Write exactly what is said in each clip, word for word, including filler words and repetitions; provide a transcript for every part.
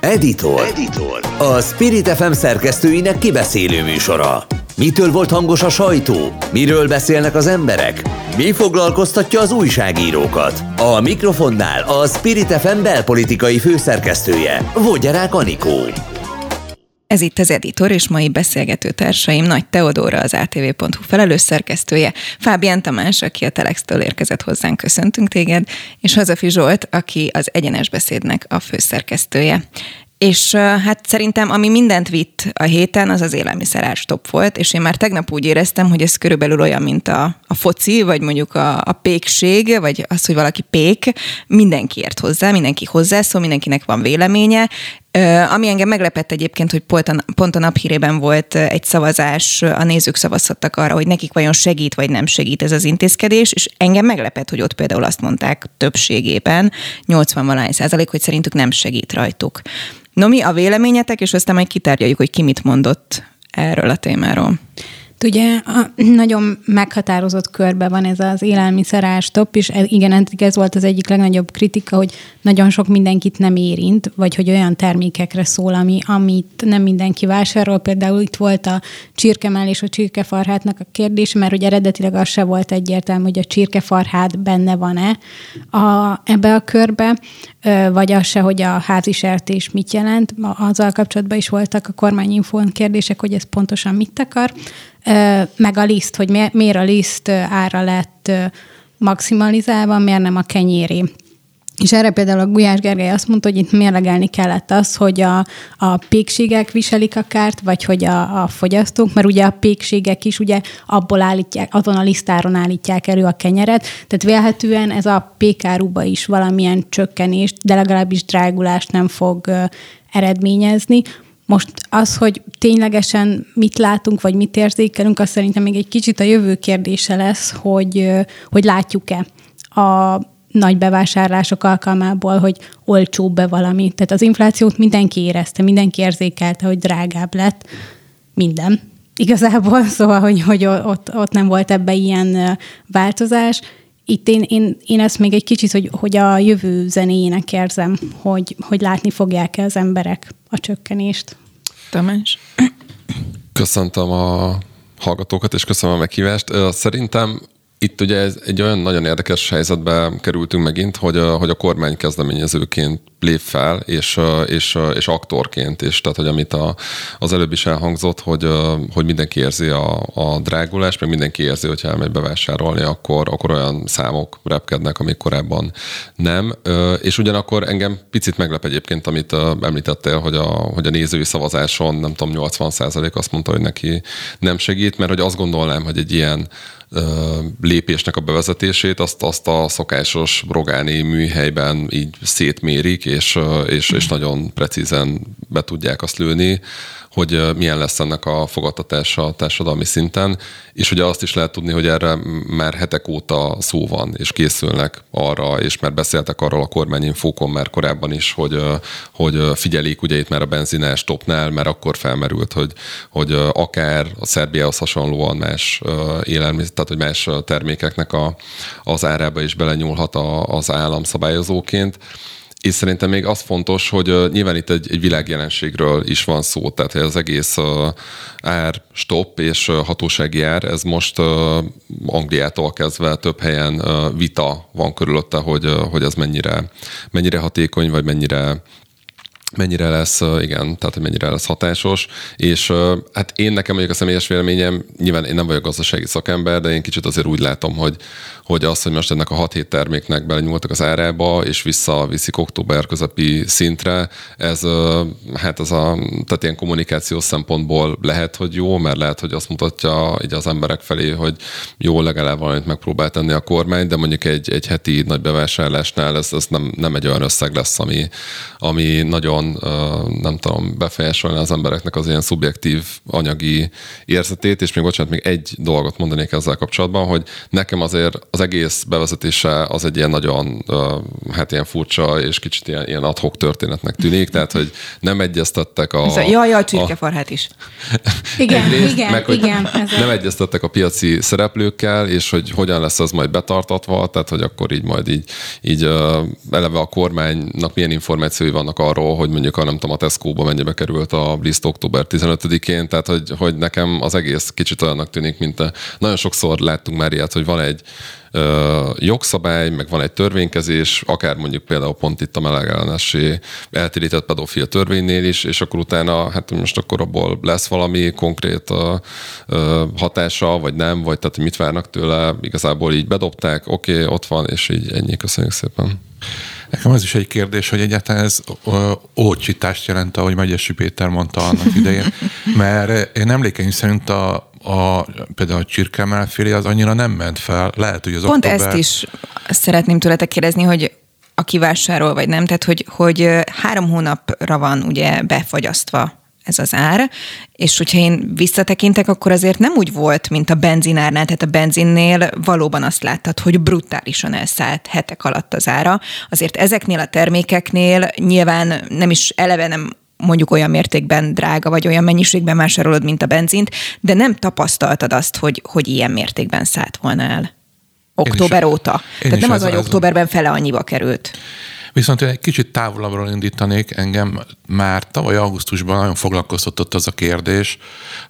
Editor. Editor. A Spirit ef em szerkesztőinek kibeszélő műsora. Mitől volt hangos a sajtó? Miről beszélnek az emberek? Mi foglalkoztatja az újságírókat? A mikrofonnál a Spirit ef em belpolitikai főszerkesztője, Vogyarák Anikó. Ez itt az Editor, és mai beszélgető társaim Nagy Teodóra, az á té vé pont hú felelős szerkesztője, Fábián Tamás, aki a Telextől érkezett hozzánk, köszöntünk téged, és Hazafi Zsolt, aki az Egyenes Beszédnek a főszerkesztője. És hát szerintem, ami mindent vitt a héten, az az élelmiszerár stop volt, és én már tegnap úgy éreztem, hogy ez körülbelül olyan, mint a, a foci, vagy mondjuk a, a pékség, vagy az, hogy valaki pék, mindenki ért hozzá, mindenki hozzászól, mindenkinek van véleménye. Ami engem meglepett egyébként, hogy pont a, pont a Naphírében volt egy szavazás, a nézők szavazhattak arra, hogy nekik vajon segít, vagy nem segít ez az intézkedés, és engem meglepett, hogy ott például azt mondták többségében, nyolcvan-valahány százalék, hogy szerintük nem segít rajtuk. No, mi a véleményetek, és aztán majd kitárgyaljuk, hogy ki mit mondott erről a témáról. Ugye nagyon meghatározott körben van ez az élelmiszerár stop, és igen, ez volt az egyik legnagyobb kritika, hogy nagyon sok mindenkit nem érint, vagy hogy olyan termékekre szól, ami, amit nem mindenki vásárol. Például itt volt a csirkemell és a csirkefarhátnak a kérdés, mert ugye eredetileg az se volt egyértelmű, hogy a csirkefarhát benne van-e a, ebbe a körbe, vagy az se, hogy a házi sertés mit jelent. Azzal kapcsolatban is voltak a kormányinfón kérdések, hogy ez pontosan mit akar. Meg a liszt, hogy miért a liszt ára lett maximalizálva, miért nem a kenyéré. És erre például a Gulyás Gergely azt mondta, hogy itt mérlegelni kellett az, hogy a, a pékségek viselik a kárt, vagy hogy a, a fogyasztók, mert ugye a pékségek is ugye abból állítják, azon a lisztáron állítják elő a kenyeret, tehát vélhetően ez a pékáruba is valamilyen csökkenést, de legalábbis drágulást nem fog eredményezni. Most az, hogy ténylegesen mit látunk, vagy mit érzékelünk, az szerintem még egy kicsit a jövő kérdése lesz, hogy, hogy látjuk-e a nagy bevásárlások alkalmából, hogy olcsóbb-e valami. Tehát az inflációt mindenki érezte, mindenki érzékelte, hogy drágább lett minden. Igazából, szóval, hogy, hogy ott, ott nem volt ebbe ilyen változás. Itt én, én, én ezt még egy kicsit, hogy, hogy a jövő zenéjének érzem, hogy, hogy látni fogják-e az emberek a csökkenést. Tamás? Köszöntöm a hallgatókat, és köszönöm a meghívást. Szerintem itt ugye ez egy olyan nagyon érdekes helyzetbe kerültünk megint, hogy a, hogy a kormány kezdeményezőként lép fel, és, és, és aktorként, és tehát, hogy amit a, az előbb is elhangzott, hogy, hogy mindenki érzi a, a drágulást, meg mindenki érzi, hogyha elmegy bevásárolni, akkor, akkor olyan számok repkednek, amik korábban nem. És ugyanakkor engem picit meglep egyébként, amit említettél, hogy a, hogy a nézői szavazáson, nem tudom, nyolcvan százalék azt mondta, hogy neki nem segít, mert hogy azt gondolnám, hogy egy ilyen lépésnek a bevezetését, azt, azt a szokásos rogáni műhelyben így szétmérik, és, és, és nagyon precízen be tudják azt lőni, hogy milyen lesz ennek a fogadtatása a társadalmi szinten, és ugye azt is lehet tudni, hogy erre már hetek óta szó van, és készülnek arra, és már beszéltek arról a kormányinfókon már korábban is, hogy, hogy figyelik ugye itt már a benzinás stopnál, mert akkor felmerült, hogy, hogy akár a Szerbiához hasonlóan más élelmiszer, tehát hogy más termékeknek a, az árába is belenyúlhat a, az állam szabályozóként. És szerintem még az fontos, hogy uh, nyilván itt egy, egy világjelenségről is van szó, tehát hogy az egész uh, ár stop és uh, hatósági ár, ez most uh, Angliától kezdve több helyen uh, vita van körülötte, hogy, uh, hogy ez mennyire, mennyire hatékony, vagy mennyire mennyire lesz, igen, tehát hogy mennyire lesz hatásos, és hát én nekem mondjuk a személyes véleményem, nyilván én nem vagyok gazdasági szakember, de én kicsit azért úgy látom, hogy, hogy az, hogy most ennek a hat-hét terméknek belenyúltak az árába, és visszaviszik október közepi szintre, ez hát ez a, tehát ilyen kommunikációs szempontból lehet, hogy jó, mert lehet, hogy azt mutatja így az emberek felé, hogy jó, legalább valamit megpróbál tenni a kormány, de mondjuk egy, egy heti nagy bevásárlásnál ez, ez nem, nem egy olyan összeg lesz, ami, ami nagyon nem tudom, befolyásolni az embereknek az ilyen szubjektív anyagi érzetét, és még bocsánat, még egy dolgot mondanék ezzel kapcsolatban, hogy nekem azért az egész bevezetése az egy ilyen nagyon, hát ilyen furcsa és kicsit ilyen, ilyen ad hoc történetnek tűnik, tehát, hogy nem egyeztettek a... Jaj, jaj, csirkefarhát is. Igen, részt, igen, meg, igen. Nem egyeztettek a piaci szereplőkkel, és hogy hogyan lesz ez majd betartatva, tehát, hogy akkor így majd így, így eleve a kormánynak milyen információi vannak arról, hogy hogy mondjuk a, nem tudom, a Tesco-ba mennyibe került a liszt október tizenötödikén, tehát hogy, hogy nekem az egész kicsit olyannak tűnik, mint a, nagyon sokszor láttunk már ilyet, hogy van egy ö, jogszabály, meg van egy törvénykezés, akár mondjuk például pont itt a melegellenessé eltérített pedofil törvénynél is, és akkor utána, hát most akkor abból lesz valami konkrét ö, ö, hatása, vagy nem, vagy tehát mit várnak tőle, igazából így bedobták, oké, okay, ott van, és így ennyi, köszönjük szépen. Nekem az is egy kérdés, hogy egyáltalán ez ócsítást jelent, ahogy Megyesi Péter mondta annak idején, mert én emlékeim szerint a, a, például a csirkemelféle az annyira nem ment fel. Lehet, hogy az Pont október... ezt is szeretném tőletek kérdezni, hogy aki vásárol, vagy nem, tehát hogy, hogy három hónapra van ugye befagyasztva ez az ár, és hogyha én visszatekintek, akkor azért nem úgy volt, mint a benzinárnál, tehát a benzinnél valóban azt láttad, hogy brutálisan elszállt hetek alatt az ára. Azért ezeknél a termékeknél nyilván nem is eleve nem mondjuk olyan mértékben drága, vagy olyan mennyiségben vásárolod, mint a benzint, de nem tapasztaltad azt, hogy, hogy ilyen mértékben szállt volna el október is, óta. Tehát nem az, hogy októberben fele annyiba került. Viszont én egy kicsit távolabbról indítanék, engem már tavaly augusztusban nagyon foglalkoztatott az a kérdés,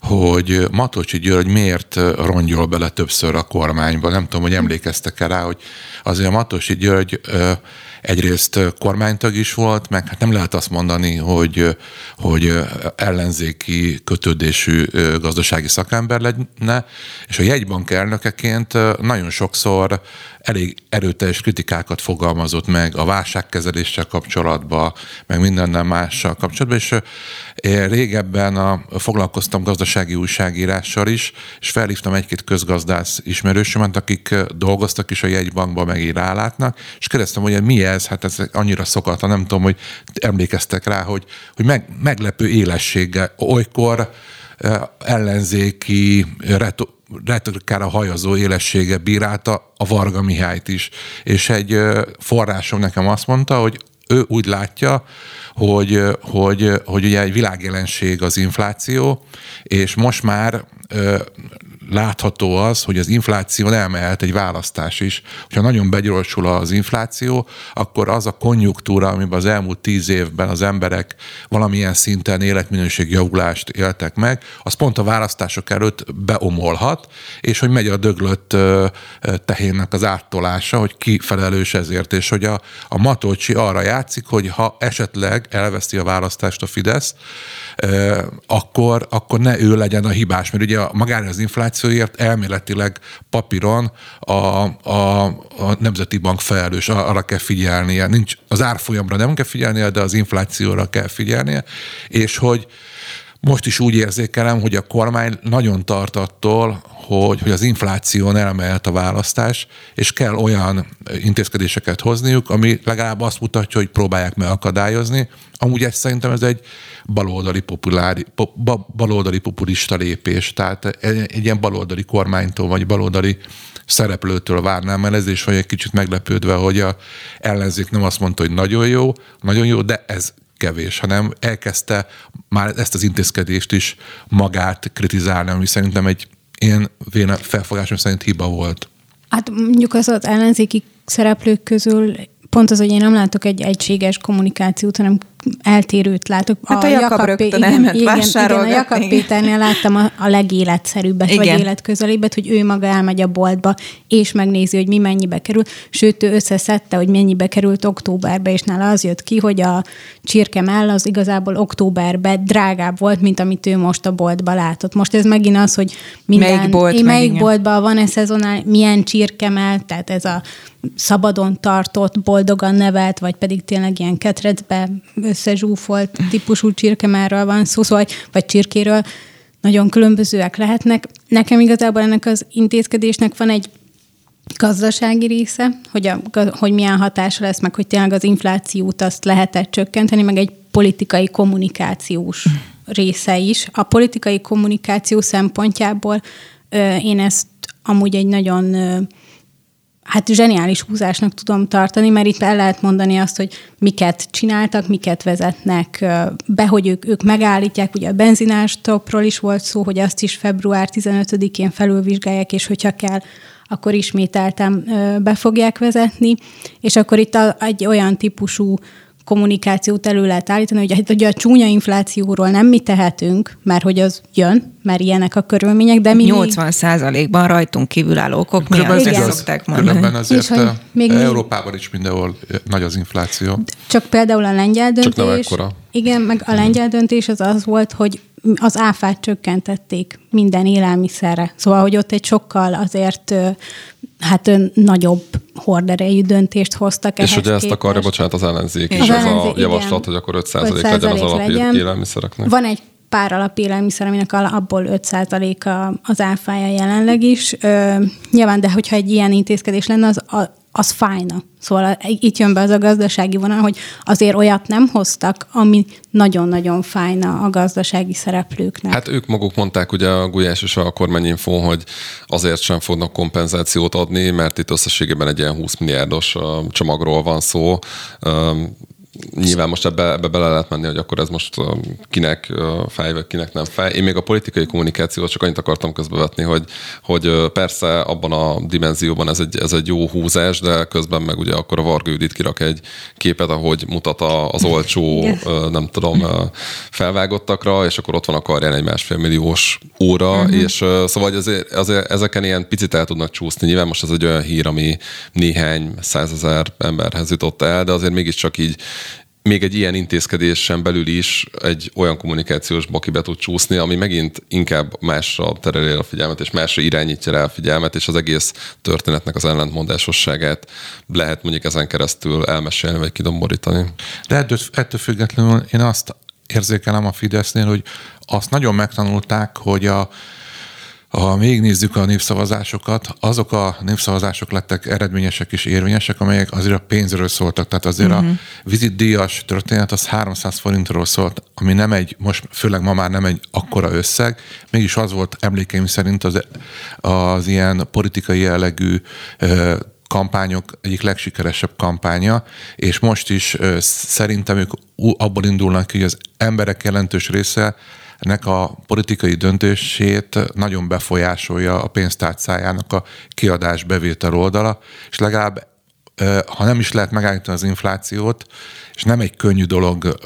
hogy Matolcsy György miért rongyol bele többször a kormányba. Nem tudom, hogy emlékeztek-e rá, hogy azért a Matolcsy György egyrészt kormánytag is volt, meg hát nem lehet azt mondani, hogy, hogy ellenzéki kötődésű gazdasági szakember lenne, és a jegybank elnökeként nagyon sokszor elég erőteljes kritikákat fogalmazott meg a válságkezeléssel kapcsolatban, meg mindennel mással kapcsolatban, és én régebben a, foglalkoztam gazdasági újságírással is, és felhívtam egy-két közgazdász ismerősömet, akik dolgoztak is a jegybankban, meg így rálátnak, és kérdeztem, hogy mi ez, hát ez annyira szokatlan, nem tudom, hogy emlékeztek rá, hogy, hogy meg, meglepő élességgel, olykor ellenzéki reto- retorikára hajazó élessége bírálta a Varga Mihályt is. És egy forrásom nekem azt mondta, hogy ő úgy látja, hogy, hogy, hogy ugye egy világjelenség az infláció, és most már látható az, hogy az infláción elmehet egy választás is. Ha nagyon begyorsul az infláció, akkor az a konjunktúra, amiben az elmúlt tíz évben az emberek valamilyen szinten életminőség javulást éltek meg, az pont a választások előtt beomolhat, és hogy megy a döglött tehénnek az áttolása, hogy ki felelős ezért, és hogy a, a Matolcsy arra játszik, hogy ha esetleg elveszti a választást a Fidesz, akkor, akkor ne ő legyen a hibás, mert ugye magára az inflációért elméletileg papíron a, a, a Nemzeti Bank felelős, arra kell figyelnie. Nincs, az árfolyamra nem kell figyelnie, de az inflációra kell figyelnie, és hogy most is úgy érzékelem, hogy a kormány nagyon tart attól, hogy, hogy az infláción elmehet a választás, és kell olyan intézkedéseket hozniuk, ami legalább azt mutatja, hogy próbálják megakadályozni. Amúgy ez szerintem ez egy baloldali, populári, po, baloldali populista lépés, tehát egy, egy ilyen baloldali kormánytól, vagy baloldali szereplőtől várnám el ez, és vagy egy kicsit meglepődve, hogy a ellenzék nem azt mondta, hogy nagyon jó, nagyon jó, de ez kevés, hanem elkezdte már ezt az intézkedést is magát kritizálni, ami szerintem egy én véle felfogásom szerint hiba volt. Hát mondjuk az az ellenzéki szereplők közül pont az, hogy én nem látok egy egységes kommunikációt, hanem eltérőt látok. Hát a, a Jakab rögtön elment vásárolgatni. Igen, a Jakab Péternél láttam a, a legéletszerűbbet, igen, vagy életközelibbet, hogy ő maga elmegy a boltba, és megnézi, hogy mi mennyibe kerül. Sőt, ő összeszedte, hogy mennyibe került októberbe, és nála az jött ki, hogy a csirkemell az igazából októberben drágább volt, mint amit ő most a boltba látott. Most ez megint az, hogy minden... Melyik bolt? Melyik boltban van ez szezonál, milyen csirkemell, tehát ez a szabadon tartott, boldogan nevelt, vagy pedig tényleg ilyen ketrecbe összezsúfolt típusú csirkemellről van szó, szóval, vagy csirkéről, nagyon különbözőek lehetnek. Nekem igazából ennek az intézkedésnek van egy gazdasági része, hogy, a, hogy milyen hatása lesz, meg hogy tényleg az inflációt azt lehet csökkenteni, meg egy politikai kommunikációs része is. A politikai kommunikáció szempontjából ö, én ezt amúgy egy nagyon... Ö, hát zseniális húzásnak tudom tartani, mert itt el lehet mondani azt, hogy miket csináltak, miket vezetnek be, hogy ők, ők megállítják, ugye a benzinárstoppról is volt szó, hogy azt is február tizenötödikén felülvizsgálják, és hogyha kell, akkor ismételten be fogják vezetni, és akkor itt egy olyan típusú kommunikációt elő lehet állítani, hogy hát ugye a csúnya inflációról nem mi tehetünk, mert hogy az jön, mert ilyenek a körülmények, de mi nyolcvan százalékban rajtunk kívülálló okok miatt ezt szokták mondani. Különben azért És, hogy még Európában is mindenhol nagy az infláció. Csak például a lengyel döntés. Csak nem ekkora. Igen, meg a lengyel döntés az az volt, hogy az áfát csökkentették minden élelmiszerre. Szóval, hogy ott egy sokkal azért hát nagyobb horderejű döntést hoztak. És ugye ezt képest. akarja, bocsánat, az ellenzék is, Az az ellenzék, a javaslat, igen. hogy akkor öt százalék legyen az alapélelmiszereknek. Van egy pár alapélelmiszer, aminek abból öt százalék az áfája jelenleg is. Ö, nyilván, de hogyha egy ilyen intézkedés lenne, az, az fájna. Szóval itt jön be az a gazdasági vonal, hogy azért olyat nem hoztak, ami nagyon-nagyon fájna a gazdasági szereplőknek. Hát ők maguk mondták, ugye a Gulyás és a Kormányinfó, hogy azért sem fognak kompenzációt adni, mert itt összességében egy ilyen húsz milliárdos csomagról van szó. Nyilván most ebbe, ebbe bele lehet menni, hogy akkor ez most kinek fáj, vagy kinek nem fáj. Én még a politikai kommunikációt csak annyit akartam közbevetni, hogy, hogy persze abban a dimenzióban ez egy, ez egy jó húzás, de közben meg ugye akkor a Varga Judit kirak egy képet, ahogy mutat az olcsó, yes. nem tudom, felvágottakra, és akkor ott van a karján egy másfél milliós óra, uh-huh. és szóval azért, azért ezeken ilyen picit el tudnak csúszni. Nyilván most ez egy olyan hír, ami néhány százezer emberhez jutott el, de azért mégiscsak így még egy ilyen intézkedésen belül is egy olyan kommunikációs bakibe tud csúszni, ami megint inkább másra tereli a figyelmet, és másra irányítja rá a figyelmet, és az egész történetnek az ellentmondásosságát lehet mondjuk ezen keresztül elmesélni, vagy kidomborítani. De ettől, ettől függetlenül én azt érzékelem a Fidesznél, hogy azt nagyon megtanulták, hogy a Ha végignézzük a népszavazásokat, azok a népszavazások lettek eredményesek és érvényesek, amelyek azért a pénzről szóltak. Tehát azért uh-huh. a vizitdíjas történet az háromszáz forintról szólt, ami nem egy, most főleg ma már nem egy akkora összeg, mégis az volt emlékeim szerint az, az ilyen politikai jellegű kampányok egyik legsikeresebb kampánya, és most is szerintem ők abból indulnak ki, hogy az emberek jelentős része ennek a politikai döntését nagyon befolyásolja a pénztárcájának a kiadás bevétel oldala, és legalább, ha nem is lehet megállítani az inflációt, és nem egy könnyű dolog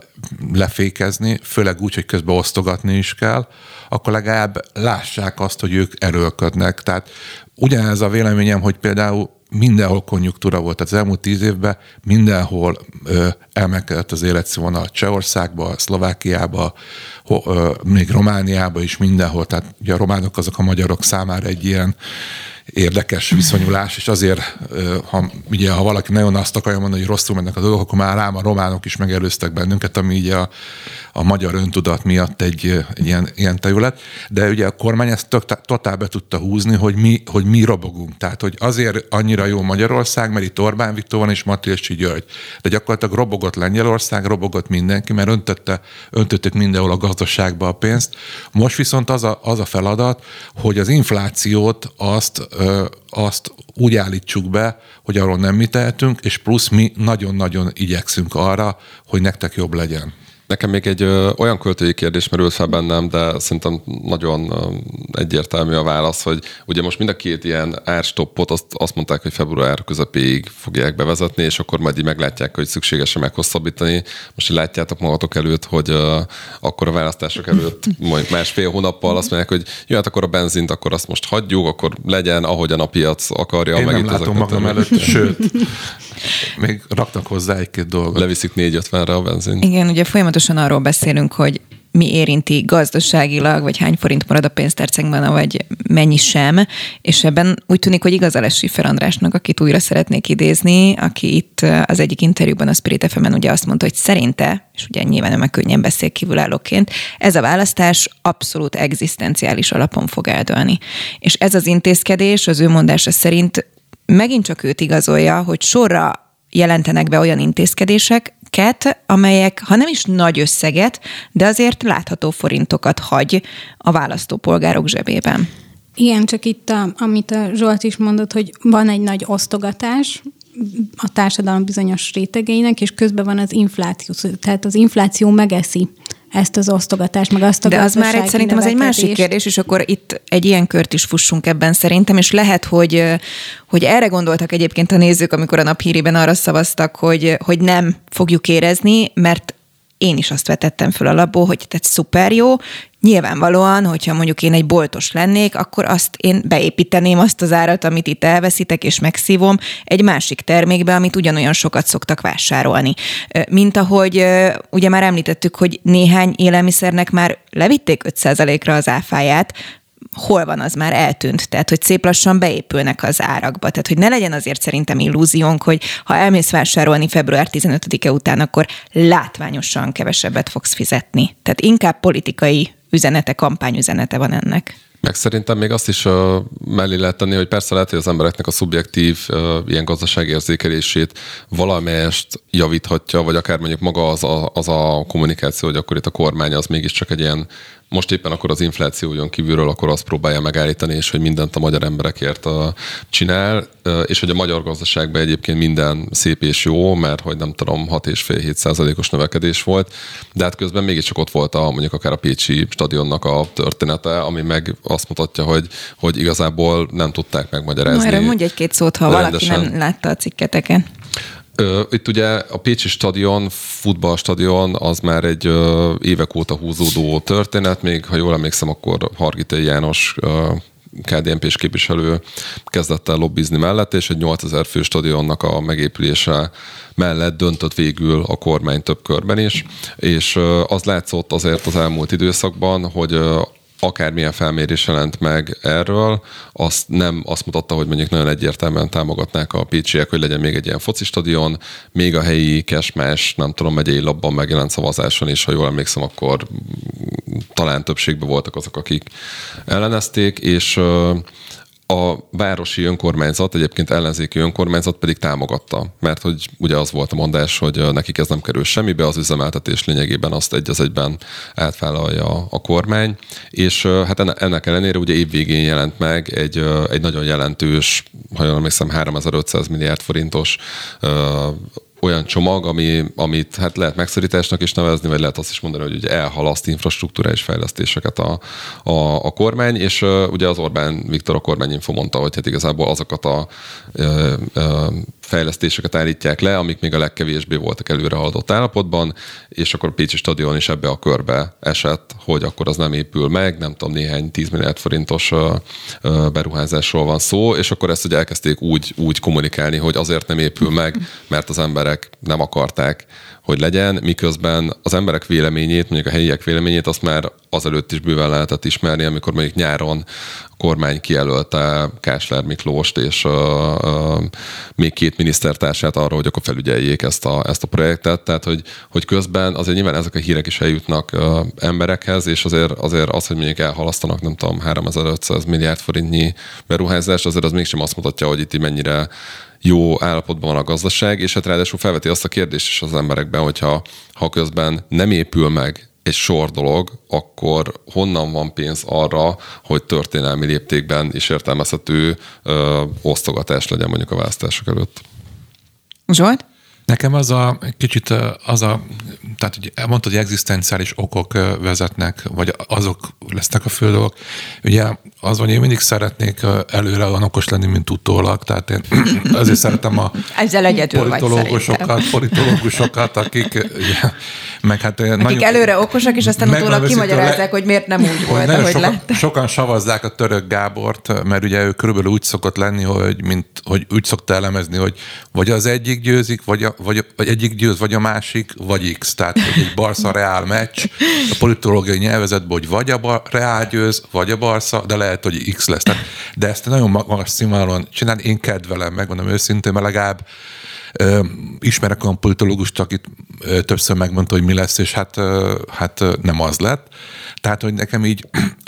lefékezni, főleg úgy, hogy közben osztogatni is kell, akkor legalább lássák azt, hogy ők erőlködnek. Tehát ugyanez a véleményem, hogy például mindenhol konjunktúra volt. Tehát az elmúlt tíz évben mindenhol ö, emelkedett az életszínvonal. Csehországban, Szlovákiában, ho, ö, még Romániában is mindenhol. Tehát ugye a románok azok a magyarok számára egy ilyen érdekes viszonyulás, és azért, ha, ugye, ha valaki nagyon azt akarja mondani, hogy rosszul mennek a dolgok, akkor már rám a románok is megelőztek bennünket, ami így a, a magyar öntudat miatt egy, egy ilyen, ilyen terület. De ugye a kormány ezt tök, totál be tudta húzni, hogy mi, hogy mi robogunk. Tehát, hogy azért annyira jó Magyarország, mert itt Orbán Viktor van és Mattilcsi György. De gyakorlatilag robogott Lengyelország, robogott mindenki, mert öntötte, öntötték mindenhol a gazdaságba a pénzt. Most viszont az a, az a feladat, hogy az inflációt azt azt úgy állítsuk be, hogy arról nem mi tehetünk, és plusz mi nagyon-nagyon igyekszünk arra, hogy nektek jobb legyen. Nekem még egy ö, olyan költői kérdés merült fel bennem, de szerintem nagyon ö, egyértelmű a válasz, hogy ugye most mind a két ilyen árstoppot azt, azt mondták, hogy február közepéig fogják bevezetni, és akkor majd így meglátják, hogy szükséges-e meghosszabbítani. Most így látjátok magatok előtt, hogy ö, akkor a választások előtt majd másfél hónappal azt mondják, hogy jó, hát akkor a benzint, akkor azt most hagyjuk, akkor legyen, ahogyan a piac akarja. Én meg nem itt látom magam előtt, sőt, még raknak hozzá egy-két dolgot. Leviszik négy ötvenre a benzint. Igen, ugye folyamatosan arról beszélünk, hogy mi érinti gazdaságilag, vagy hány forint marad a pénztárcánkban, vagy mennyi sem, és ebben úgy tűnik, hogy igaz a Schiffer Andrásnak, akit újra szeretnék idézni, aki itt az egyik interjúban a Spirit ef emen ugye azt mondta, hogy szerinte, és ugye nyilván ő meg könnyen beszél kívülállóként, ez a választás abszolút egzisztenciális alapon fog eldőlni. És ez az intézkedés az ő mondása szerint megint csak őt igazolja, hogy sorra jelentenek be olyan intézkedéseket, amelyek, ha nem is nagy összeget, de azért látható forintokat hagy a választópolgárok zsebében. Igen, csak itt, a, amit a Zsolt is mondott, hogy van egy nagy osztogatás a társadalom bizonyos rétegeinek, és közben van az infláció. Tehát az infláció megeszi ezt az osztogatást, meg azt a De az már egy, szerintem az egy másik kérdés, és akkor itt egy ilyen kört is fussunk ebben szerintem, és lehet, hogy, hogy erre gondoltak egyébként a nézők, amikor a Naphírében arra szavaztak, hogy, hogy nem fogjuk érezni, mert én is azt vetettem föl alapból, hogy tehát szuper jó. Nyilvánvalóan, hogyha mondjuk én egy boltos lennék, akkor azt én beépíteném azt az árat, amit itt elveszítek, és megszívom egy másik termékbe, amit ugyanolyan sokat szoktak vásárolni. Mint ahogy ugye már említettük, hogy néhány élelmiszernek már levitték öt százalékra az áfáját, hol van, az már eltűnt. Tehát, hogy szép lassan beépülnek az árakba. Tehát, hogy ne legyen azért szerintem illúziónk, hogy ha elmész vásárolni február tizenötödike után, akkor látványosan kevesebbet fogsz fizetni. Tehát inkább politikai üzenete, kampányüzenete van ennek. Meg szerintem még azt is uh, mellé lehet tenni, hogy persze lehet, hogy az embereknek a szubjektív uh, ilyen gazdaságérzékelését valamelyest javíthatja, vagy akár mondjuk maga az a, az a kommunikáció, hogy akkor itt a kormány az mégiscsak egy ilyen, most éppen akkor az infláció jön kívülről, akkor azt próbálja megállítani, és hogy mindent a magyar emberekért uh, csinál, uh, és hogy a magyar gazdaságban egyébként minden szép és jó, mert hogy nem tudom, hat egész öt-hét százalékos növekedés volt, de hát közben mégiscsak ott volt a, mondjuk akár a pécsi stadionnak a története, ami meg azt mutatja, hogy, hogy igazából nem tudták megmagyarázni. No, erre mondj egy-két szót, ha rendesen. Valaki nem látta a cikketeken. Itt ugye a pécsi stadion, futballstadion, az már egy évek óta húzódó történet, még ha jól emlékszem, akkor Hargitay János ká dé en pés képviselő kezdett el lobbizni mellett, és egy nyolcezer fő stadionnak a megépülése mellett döntött végül a kormány több körben is, és az látszott azért az elmúlt időszakban, hogy akármilyen felmérés jelent meg erről, azt nem azt mutatta, hogy mondjuk nagyon egyértelműen támogatnák a pécsiek, hogy legyen még egy ilyen focistadion, még a helyi Kesmás, nem tudom, megyei labban megjelent szavazáson is, ha jól emlékszem, akkor talán többségben voltak azok, akik ellenezték, és a városi önkormányzat, egyébként ellenzéki önkormányzat pedig támogatta, mert hogy ugye az volt a mondás, hogy nekik ez nem kerül semmibe, az üzemeltetés lényegében azt egy az egyben átvállalja a kormány, és hát ennek ellenére ugye évvégén jelent meg egy, egy nagyon jelentős, ha jól emlékszem, háromezer-ötszáz milliárd forintos olyan csomag, ami, amit hát lehet megszorításnak is nevezni, vagy lehet azt is mondani, hogy ugye elhalaszt infrastruktúrális fejlesztéseket a, a, a kormány, és uh, ugye az Orbán Viktor, a kormányinfo mondta, hogy hát igazából azokat a uh, uh, fejlesztéseket állítják le, amik még a legkevésbé voltak előre haladott állapotban, és akkor a pécsi stadion is ebbe a körbe esett, hogy akkor az nem épül meg, nem tudom, néhány tíz milliárd forintos uh, uh, beruházásról van szó, és akkor ezt ugye elkezdték úgy, úgy kommunikálni, hogy azért nem épül meg, mert az emberek nem akarták, hogy legyen, miközben az emberek véleményét, mondjuk a helyiek véleményét azt már azelőtt is bőven lehetett ismerni, amikor mondjuk nyáron a kormány kijelölte Kásler Miklóst és uh, uh, még két minisztertársát arra, hogy akkor felügyeljék ezt a, ezt a projektet. Tehát, hogy, hogy közben azért nyilván ezek a hírek is eljutnak uh, emberekhez, és azért, azért az, hogy mondjuk elhalasztanak, nem tudom, háromezer-ötszáz milliárd forintnyi beruházást, azért az mégsem azt mutatja, hogy itt mennyire jó állapotban van a gazdaság, és hát ráadásul felveti azt a kérdést is az emberekben, hogyha ha közben nem épül meg egy sor dolog, akkor honnan van pénz arra, hogy történelmi léptékben is értelmezhető ö, osztogatás legyen mondjuk a választások előtt. Zsolt? Nekem az a kicsit az a, tehát hogy mondtad, hogy egzisztenciális okok vezetnek, vagy azok lesznek a fő dolgok. Ugye az van, én mindig szeretnék előre olyan okos lenni, mint utólag, tehát én azért szeretem a politológusokat, politológusokat, akik ugye, meg hát akik nagyon, előre okosak, és aztán utólag kimagyarázzák, le, hogy miért nem úgy volt, ahogy sokan, lett. Sokan savazzák a Török Gábort, mert ugye ő körülbelül úgy szokott lenni, hogy, mint, hogy úgy szokta elemezni, hogy vagy az egyik győzik, vagy, a, vagy, vagy egyik győz, vagy a másik, vagy X. Tehát hogy egy Barca-Reál meccs, a politológiai nyelvezetben, hogy vagy a Reál győz, vagy a Barca, de lehet, hogy X lesz. Tehát, de ezt nagyon magas színvonalon csinálni, én kedvelem, megmondom őszintén, mert legalább ö, ismerek olyan politológust, akit ö, többször megmondta, hogy mi lesz, és hát, ö, hát ö, nem az lett. Tehát, hogy nekem így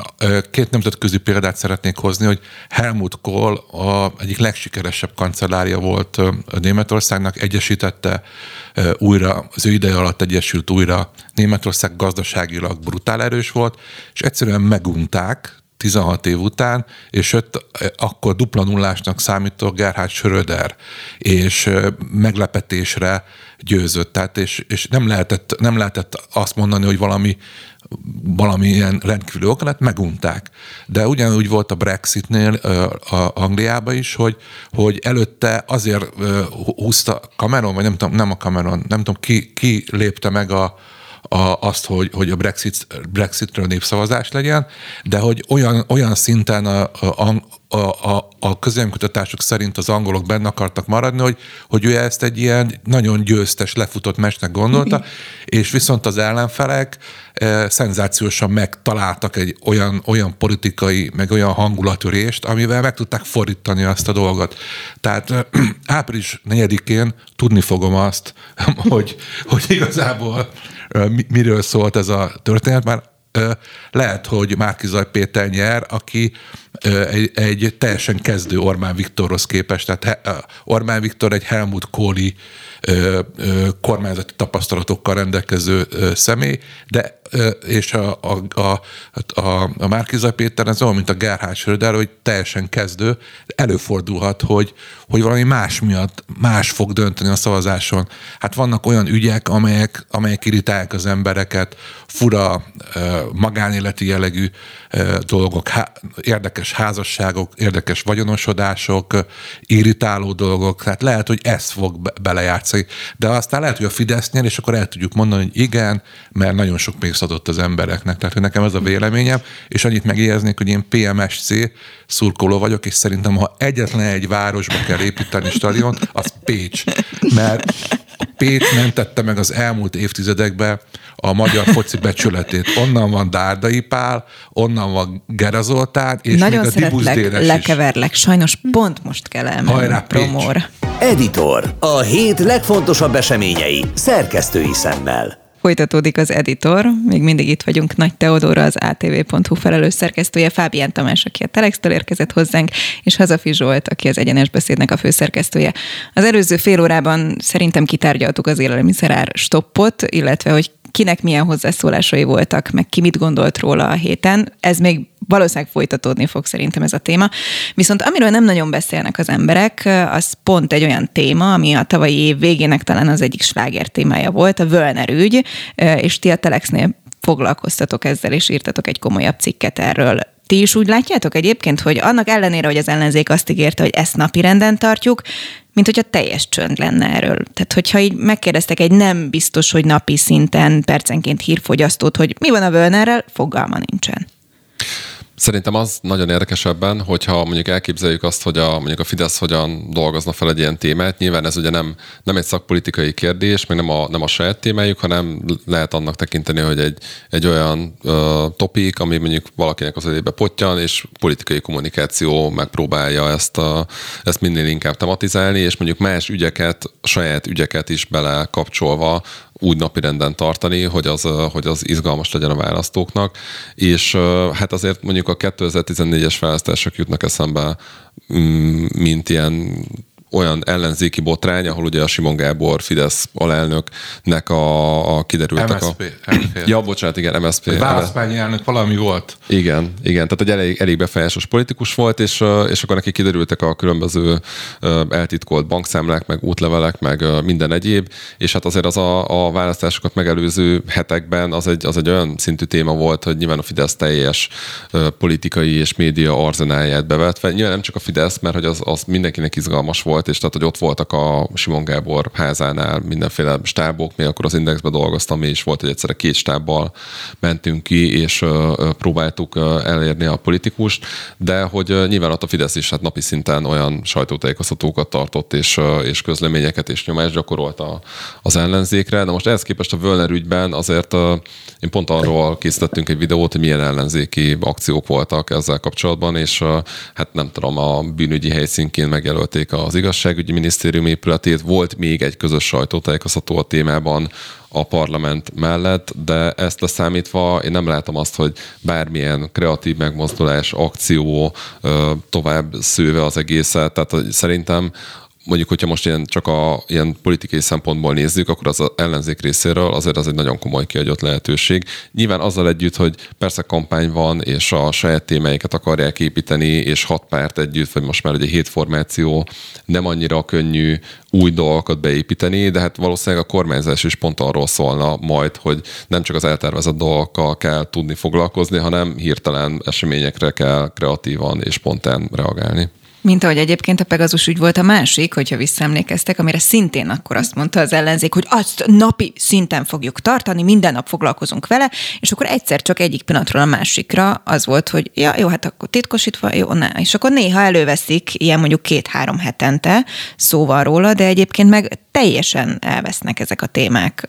két nemzetközi példát szeretnék hozni, hogy Helmut Kohl a egyik legsikeresebb kancellárja volt Németországnak, egyesítette újra, az ő ideje alatt egyesült újra Németország, gazdaságilag brutál erős volt, és egyszerűen megunták tizenhat év után, és jött akkor dupla nullásnak számító Gerhard Schröder, és meglepetésre győzött. Tehát és, és nem, lehetett, nem lehetett azt mondani, hogy valami valami ilyen rendkívüli oka lett, megunták. De ugyanúgy volt a Brexitnél a Angliában is, hogy, hogy előtte azért húzta Cameron, vagy nem tudom, nem a Cameron, nem tudom, ki, ki lépte meg a, a, azt, hogy, hogy a Brexit, Brexitről népszavazás legyen, de hogy olyan, olyan szinten a, a, a, a, a közvéleménykutatások szerint az angolok benne akartak maradni, hogy, hogy ő ezt egy ilyen nagyon győztes, lefutott meccsnek gondolta, és viszont az ellenfelek e, szenzációsan megtaláltak egy olyan, olyan politikai, meg olyan hangulatörést, amivel meg tudták fordítani azt a dolgot. Tehát e, április negyedikén tudni fogom azt, hogy, hogy igazából e, miről szólt ez a történet, már lehet, hogy Márki-Zay Péter nyer, aki egy, egy teljesen kezdő Orbán Viktorhoz képest, tehát Orbán Viktor egy Helmut Kohli kormányzati tapasztalatokkal rendelkező személy, de és a, a, a, a, a Márki-Zay Péter ez olyan, mint a Gerhard Schröder, hogy teljesen kezdő, előfordulhat, hogy, hogy valami más miatt más fog dönteni a szavazáson. Hát vannak olyan ügyek, amelyek, amelyek irritálják az embereket, fura, magánéleti jellegű dolgok, érdekes házasságok, érdekes vagyonosodások, irritáló dolgok, tehát lehet, hogy ez fog belejátszani. De aztán lehet, hogy a Fidesz nyer, és akkor el tudjuk mondani, hogy igen, mert nagyon sok pénzt adott az embereknek. Tehát, hogy nekem ez a véleményem, és annyit megijeznék, hogy én pé em es cé szurkoló vagyok, és szerintem, ha egyetlen egy városba kell építeni stadiont, az Pécs. Mert a Pécs mentette meg az elmúlt évtizedekben a magyar foci becsületét. Onnan van Dárdai Pál, onnan van Gera Zoltán, és nagyon még a Dibusz Dénes is. lekeverlek, sajnos pont most kell elmenni a promóra. Editor. A hét legfontosabb eseményei szerkesztői szemmel. Folytatódik az Editor, még mindig itt vagyunk Nagy Teodóra, az á té vé pont hú felelős szerkesztője, Fábián Tamás, aki a Telextől érkezett hozzánk, és Hazafi Zsolt, aki az Egyenes Beszédnek a főszerkesztője. Az előző fél órában szerintem kitárgyaltuk az élelmiszerár stoppot, illetve hogy kinek milyen hozzászólásai voltak, meg ki mit gondolt róla a héten. Ez még valószínűleg folytatódni fog szerintem ez a téma. Viszont amiről nem nagyon beszélnek az emberek, az pont egy olyan téma, ami a tavalyi év végének talán az egyik sláger témája volt, a Völner ügy, és ti a Telexnél foglalkoztatok ezzel, és írtatok egy komolyabb cikket erről. Ti is úgy látjátok egyébként, hogy annak ellenére, hogy az ellenzék azt ígérte, hogy ezt napirenden tartjuk, mint hogyha teljes csönd lenne erről. Tehát, hogyha így megkérdeztek egy nem biztos, hogy napi szinten percenként hírfogyasztót, hogy mi van a Völnerrel, fogalma nincsen. Szerintem az nagyon érdekes ebben, hogyha mondjuk elképzeljük azt, hogy a, mondjuk a Fidesz hogyan dolgozna fel egy ilyen témát. Nyilván ez ugye nem, nem egy szakpolitikai kérdés, meg nem a, nem a saját témájuk, hanem lehet annak tekinteni, hogy egy, egy olyan ö, topik, ami mondjuk valakinek az elébe pottyan, és politikai kommunikáció megpróbálja ezt, a, ezt minél inkább tematizálni, és mondjuk más ügyeket, saját ügyeket is belekapcsolva úgy napirenden tartani, hogy az, hogy az izgalmas legyen a választóknak, és hát azért mondjuk a kétezer-tizennégyes választások jutnak eszembe, mint ilyen olyan ellenzéki botrány, ahol ugye a Simon Gábor Fidesz alelnöknek a, a kiderültek em es zé pé, a... Ja, bocsánat, igen, em es zé pé. Választmányi elnök valami volt. Igen, igen, tehát egy elég, elég befolyásos politikus volt, és, és akkor neki kiderültek a különböző eltitkolt bankszámlák, meg útlevelek, meg minden egyéb, és hát azért az a, a választásokat megelőző hetekben az egy, az egy olyan szintű téma volt, hogy nyilván a Fidesz teljes politikai és média arzenáját bevetve. Nyilván nem csak a Fidesz, mert hogy az, az mindenkinek izgalmas volt, és tehát, hogy ott voltak a Simon Gábor házánál mindenféle stábok, még akkor az Indexben dolgoztam, mi is volt, hogy egyszerre két stábbal mentünk ki, és próbáltuk elérni a politikust, de hogy nyilván ott a Fidesz is hát napi szinten olyan sajtótájékoztatókat tartott, és, és közleményeket, és nyomást gyakorolt a, az ellenzékre. De most ehhez képest a Völner ügyben azért én pont arról készítettünk egy videót, hogy milyen ellenzéki akciók voltak ezzel kapcsolatban, és hát nem tudom, a bűnügyi helyszínkén megjelölték az igazságügyi minisztérium épületét, volt még egy közös sajtótájékoztató a témában a parlament mellett, de ezt leszámítva én nem látom azt, hogy bármilyen kreatív megmozdulás, akció tovább szőve az egészet, tehát szerintem mondjuk, hogyha most ilyen, csak a ilyen politikai szempontból nézzük, akkor az ellenzék részéről azért az egy nagyon komoly kiadott lehetőség. Nyilván azzal együtt, hogy persze kampány van, és a saját témáikat akarják építeni, és hat párt együtt, vagy most már ugye hét formáció, nem annyira könnyű új dolgokat beépíteni, de hát valószínűleg a kormányzás is pont arról szólna majd, hogy nem csak az eltervezett dolgokkal kell tudni foglalkozni, hanem hirtelen eseményekre kell kreatívan és spontán reagálni. Mint ahogy egyébként a Pegazus ügy volt a másik, hogyha visszaemlékeztek, amire szintén akkor azt mondta az ellenzék, hogy azt napi szinten fogjuk tartani, minden nap foglalkozunk vele, és akkor egyszer csak egyik pillanatról a másikra az volt, hogy ja, jó, hát akkor titkosítva, jó, ne. És akkor néha előveszik ilyen mondjuk két-három hetente szóval róla, de egyébként meg teljesen elvesznek ezek a témák.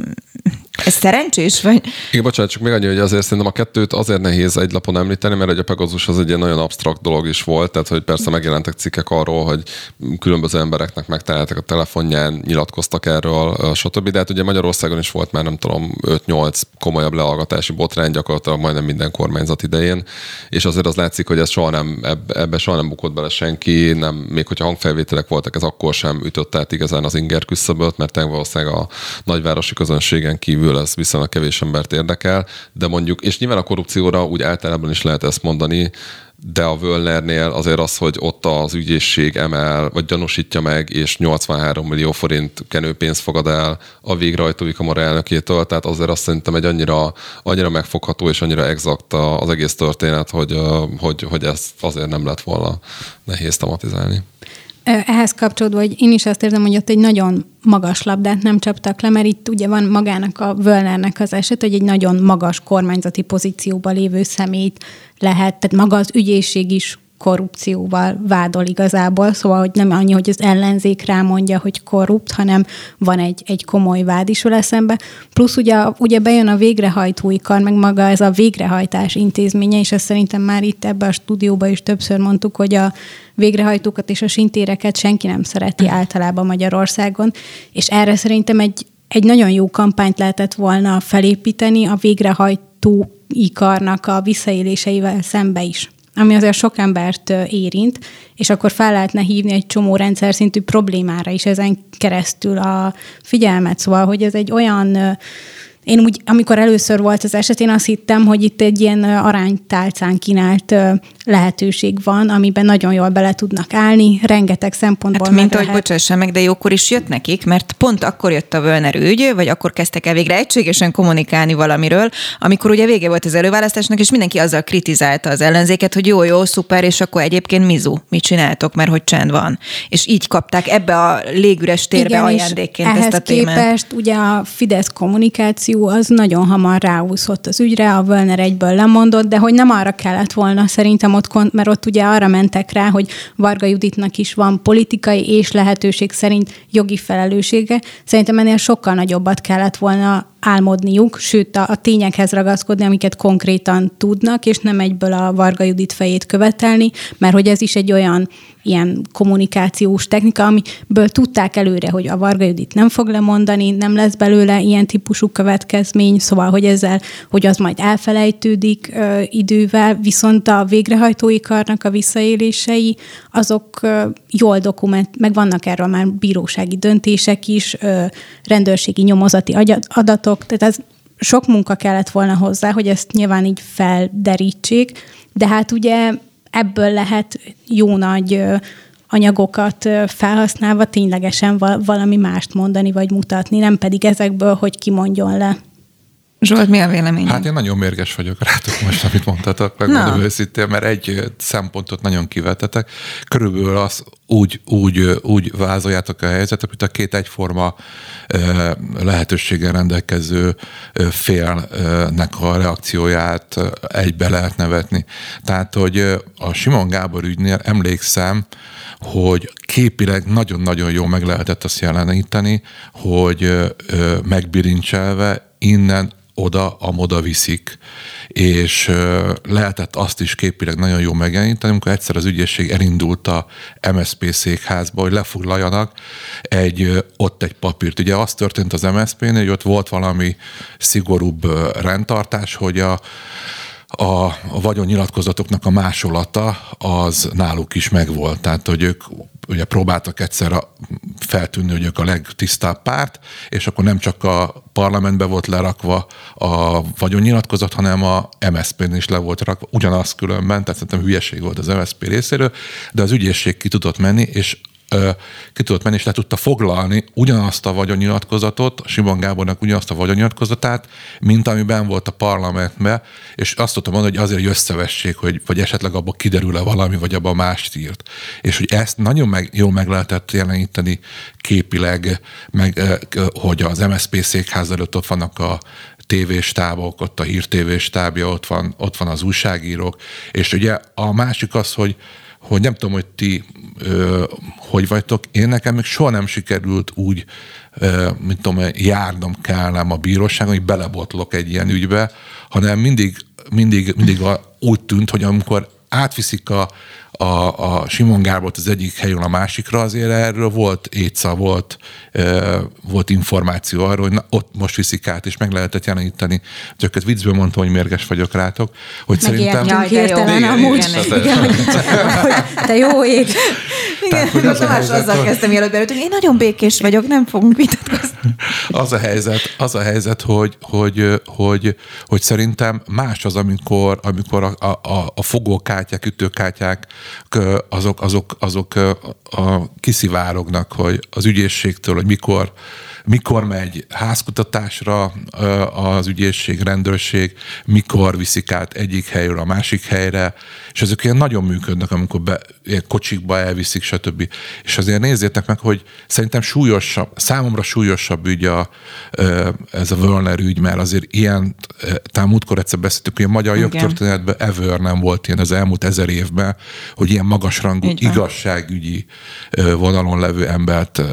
Ez szerencsés, vagy? Igen, bocsánat, csak még annyi, hogy azért szerintem a kettőt azért nehéz egy lapon említeni, mert a Pegazus az egy ilyen nagyon absztrakt dolog is volt, tehát hogy persze megjelentek cikkek arról, hogy különböző embereknek megtalálták a telefonján, nyilatkoztak erről, stb. De hát ugye Magyarországon is volt már nem tudom öt-nyolc komolyabb lehallgatási botrány gyakorlatilag majdnem minden kormányzat idején, és azért az látszik, hogy ez soha nem, ebbe soha nem bukott bele senki, nem, még hogyha hangfelvételek voltak, ez akkor sem ütött át igazán az inger küszöböt, mert valószínűleg a nagyvárosi közönségen kívül ez viszonylag kevés embert érdekel, de mondjuk, és nyilván a korrupcióra úgy általában is lehet ezt mondani, de a Völnernél azért az, hogy ott az ügyészség emel, vagy gyanúsítja meg, és nyolcvanhárom millió forint kenőpénzt fogad el a végrehajtói kamara elnökétől, tehát azért azt szerintem egy annyira, annyira megfogható és annyira exakt az egész történet, hogy, hogy, hogy ezt azért nem lett volna nehéz tematizálni. Ehhez kapcsolódva, hogy én is azt érzem, hogy ott egy nagyon magas labdát nem csaptak le, mert itt ugye van magának a Völnernek az eset, hogy egy nagyon magas kormányzati pozícióban lévő személyt lehet, tehát maga az ügyészség is korrupcióval vádol igazából, szóval, hogy nem annyi, hogy az ellenzék rámondja, hogy korrupt, hanem van egy, egy komoly vád is vele szembe. Plusz ugye, ugye bejön a végrehajtói kar, meg maga ez a végrehajtás intézménye, és ezt szerintem már itt ebbe a stúdióban is többször mondtuk, hogy a végrehajtókat és a sintéreket senki nem szereti általában Magyarországon, és erre szerintem egy, egy nagyon jó kampányt lehetett volna felépíteni a végrehajtói karnak a visszaéléseivel szembe is, ami azért sok embert érint, és akkor fel lehetne hívni egy csomó rendszer szintű problémára is ezen keresztül a figyelmet. Szóval, hogy ez egy olyan... Én úgy, amikor először volt az eset, én azt hittem, hogy itt egy ilyen aránytálcán kínált lehetőség van, amiben nagyon jól bele tudnak állni, rengeteg szempontból. Hát mint ahogy bocsássa meg, de jókor is jött nekik, mert pont akkor jött a Völner ügy, vagy akkor kezdtek el végre egységesen kommunikálni valamiről, amikor ugye vége volt az előválasztásnak, és mindenki azzal kritizálta az ellenzéket, hogy jó, jó, szuper, és akkor egyébként mizu, mit csináltok, mert hogy csend van. És így kapták ebbe a légüres térbe igen, ajándékként ezt a témát. Ehhez képest ugye a Fidesz kommunikáció az nagyon hamar ráúszott az ügyre, a Völner egyből lemondott, de hogy nem arra kellett volna szerintem ott, mert ott ugye arra mentek rá, hogy Varga Juditnak is van politikai és lehetőség szerint jogi felelőssége. Szerintem ennél sokkal nagyobbat kellett volna álmodniuk, sőt a, a tényekhez ragaszkodni, amiket konkrétan tudnak, és nem egyből a Varga Judit fejét követelni, mert hogy ez is egy olyan ilyen kommunikációs technika, amiből tudták előre, hogy a Varga Judit nem fog lemondani, nem lesz belőle ilyen típusú következmény, szóval, hogy ezzel, hogy az majd elfelejtődik ö, idővel, viszont a végrehajtói karnak a visszaélései, azok ö, jól dokument, meg vannak erről már bírósági döntések is, ö, rendőrségi nyomozati adatok, tehát ez sok munka kellett volna hozzá, hogy ezt nyilván így felderítsék, de hát ugye ebből lehet jó nagy anyagokat felhasználva ténylegesen valami mást mondani, vagy mutatni, nem pedig ezekből, hogy ki mondjon le. Zsolt, mi a véleményed? Hát én nagyon mérges vagyok rátok most, amit mondtatok, megmondom őszintén, mert egy szempontot nagyon kivetetek. Körülbelül az úgy, úgy, úgy vázoljátok a helyzetet, hogy a két egyforma lehetőséggel rendelkező félnek a reakcióját egybe lehet nevetni. Tehát, hogy a Simon Gábor ügynél emlékszem, hogy képileg nagyon-nagyon jól meg lehetett azt jeleníteni, hogy megbirincselve innen oda, amoda viszik, és lehetett azt is képileg nagyon jól megjeleníteni, amikor egyszer az ügyészség elindult a em es zé pé székházba, hogy lefoglaljanak egy, ott egy papírt. Ugye az történt az em es zé pénél, hogy ott volt valami szigorúbb rendtartás, hogy a a vagyonnyilatkozatoknak a másolata az náluk is megvolt. Tehát, hogy ők ugye próbáltak egyszer feltűnni, hogy ők a legtisztább párt, és akkor nem csak a parlamentbe volt lerakva a vagyonnyilatkozat, hanem a em es zé pén is le volt rakva, ugyanaz különben, tehát szerintem hülyeség volt az em es zé pé részéről, de az ügyészség ki tudott menni, és ki tudott menni, és le tudta foglalni ugyanazt a vagyonnyilatkozatot, Simon Gábornak ugyanazt a vagyonnyilatkozatát, mint amiben volt a parlamentben, és azt tudtam mondani, hogy azért, hogy összevessék, hogy, vagy esetleg abban kiderül-e valami, vagy abban mást írt. És hogy ezt nagyon meg, jól meg lehetett jeleníteni képileg, meg, hogy az em es zé pé székház előtt ott vannak a tévéstábok, ott a hírtévéstábja, ott van, ott van az újságírók, és ugye a másik az, hogy hogy nem tudom, hogy ti ö, hogy vagytok, én nekem még soha nem sikerült úgy, ö, mint tudom, járnom kellene a bíróságon, hogy belebotlok egy ilyen ügybe, hanem mindig, mindig, mindig a, úgy tűnt, hogy amikor átviszik a, a, a Simon Gábort az egyik helyről a másikra, azért erről volt éjszaka, volt, e, volt információ arról, hogy na, ott most viszik át, és meg lehetett jeleníteni. Csak ezt viccből mondtam, hogy mérges vagyok rátok. Hogy szerintem... Jaj, hirtelen amúgy. Te jó ég. Igen, most Tamás azzal kezdtem, mielőtt belőttünk, én nagyon békés vagyok, nem fogunk vitatkozni. Az a helyzet, az a helyzet hogy, hogy, hogy, hogy szerintem más az, amikor, amikor a, a, a fogókártyák, ütőkártyák azok, azok, azok a, kiszivárognak, hogy az ügyészségtől, hogy mikor, mikor megy házkutatásra az ügyészség, rendőrség, mikor viszik át egyik helyről a másik helyre, és ezek ilyen nagyon működnek, amikor be, kocsikba elviszik, stb. És azért nézzétek meg, hogy szerintem súlyosabb, számomra súlyosabb ügy a, ez a Völner ügy, mert azért ilyen, talán múltkor egyszer beszéltük, hogy a magyar jogtörténetben ever nem volt ilyen az elmúlt ezer évben, hogy ilyen magasrangú, igazságügyi vonalon levő embert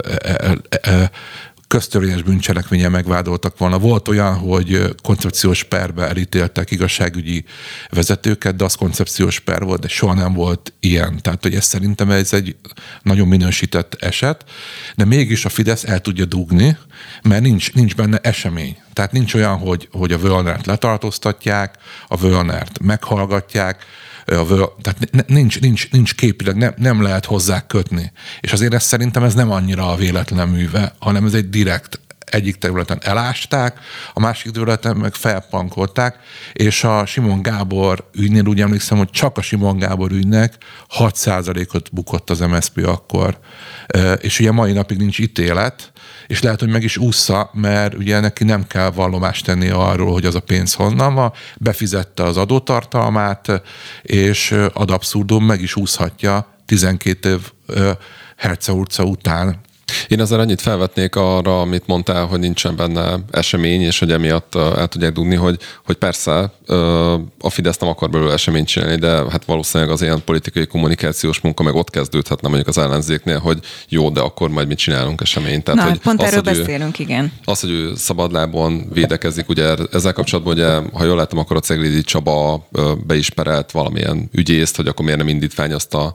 köztörvényes bűncselekménye megvádoltak volna. Volt olyan, hogy koncepciós perbe elítéltek igazságügyi vezetőket, de az koncepciós per volt, de soha nem volt ilyen. Tehát, hogy ez szerintem ez egy nagyon minősített eset, de mégis a Fidesz el tudja dugni, mert nincs, nincs benne esemény. Tehát nincs olyan, hogy, hogy a Völnert letartóztatják, a Völnert meghallgatják, a völ, tehát nincs, nincs, nincs képileg, nem, nem lehet hozzá kötni. És azért ez szerintem ez nem annyira a véletlen műve, hanem ez egy direkt, egyik területen elásták, a másik területen meg felpankolták, és a Simon Gábor ügynél úgy emlékszem, hogy csak a Simon Gábor ügynek hat százalékot bukott az em es zé pé akkor. És ugye mai napig nincs ítélet, és lehet, hogy meg is ússza, mert ugye neki nem kell vallomást tenni arról, hogy az a pénz honnan van, befizette az adótartalmát, és ad abszurdum meg is úszhatja tizenkét év Herce utca után. Én azért annyit felvetnék arra, amit mondtál, hogy nincsen benne esemény, és hogy emiatt el tudják dugni, hogy, hogy persze a Fidesz nem akar belőle eseményt csinálni, de hát valószínűleg az ilyen politikai kommunikációs munka meg ott kezdődhetne mondjuk az ellenzéknél, hogy jó, de akkor majd mit csinálunk eseményt. Tehát, Na, hogy pont az, erről hogy beszélünk, ő, igen. Az, hogy ő szabadlábon védekezik, ugye ezzel kapcsolatban, ugye, ha jól láttam, akkor a Ceglédi Csaba beismerelt valamilyen ügyészt, hogy akkor miért nem indítványozta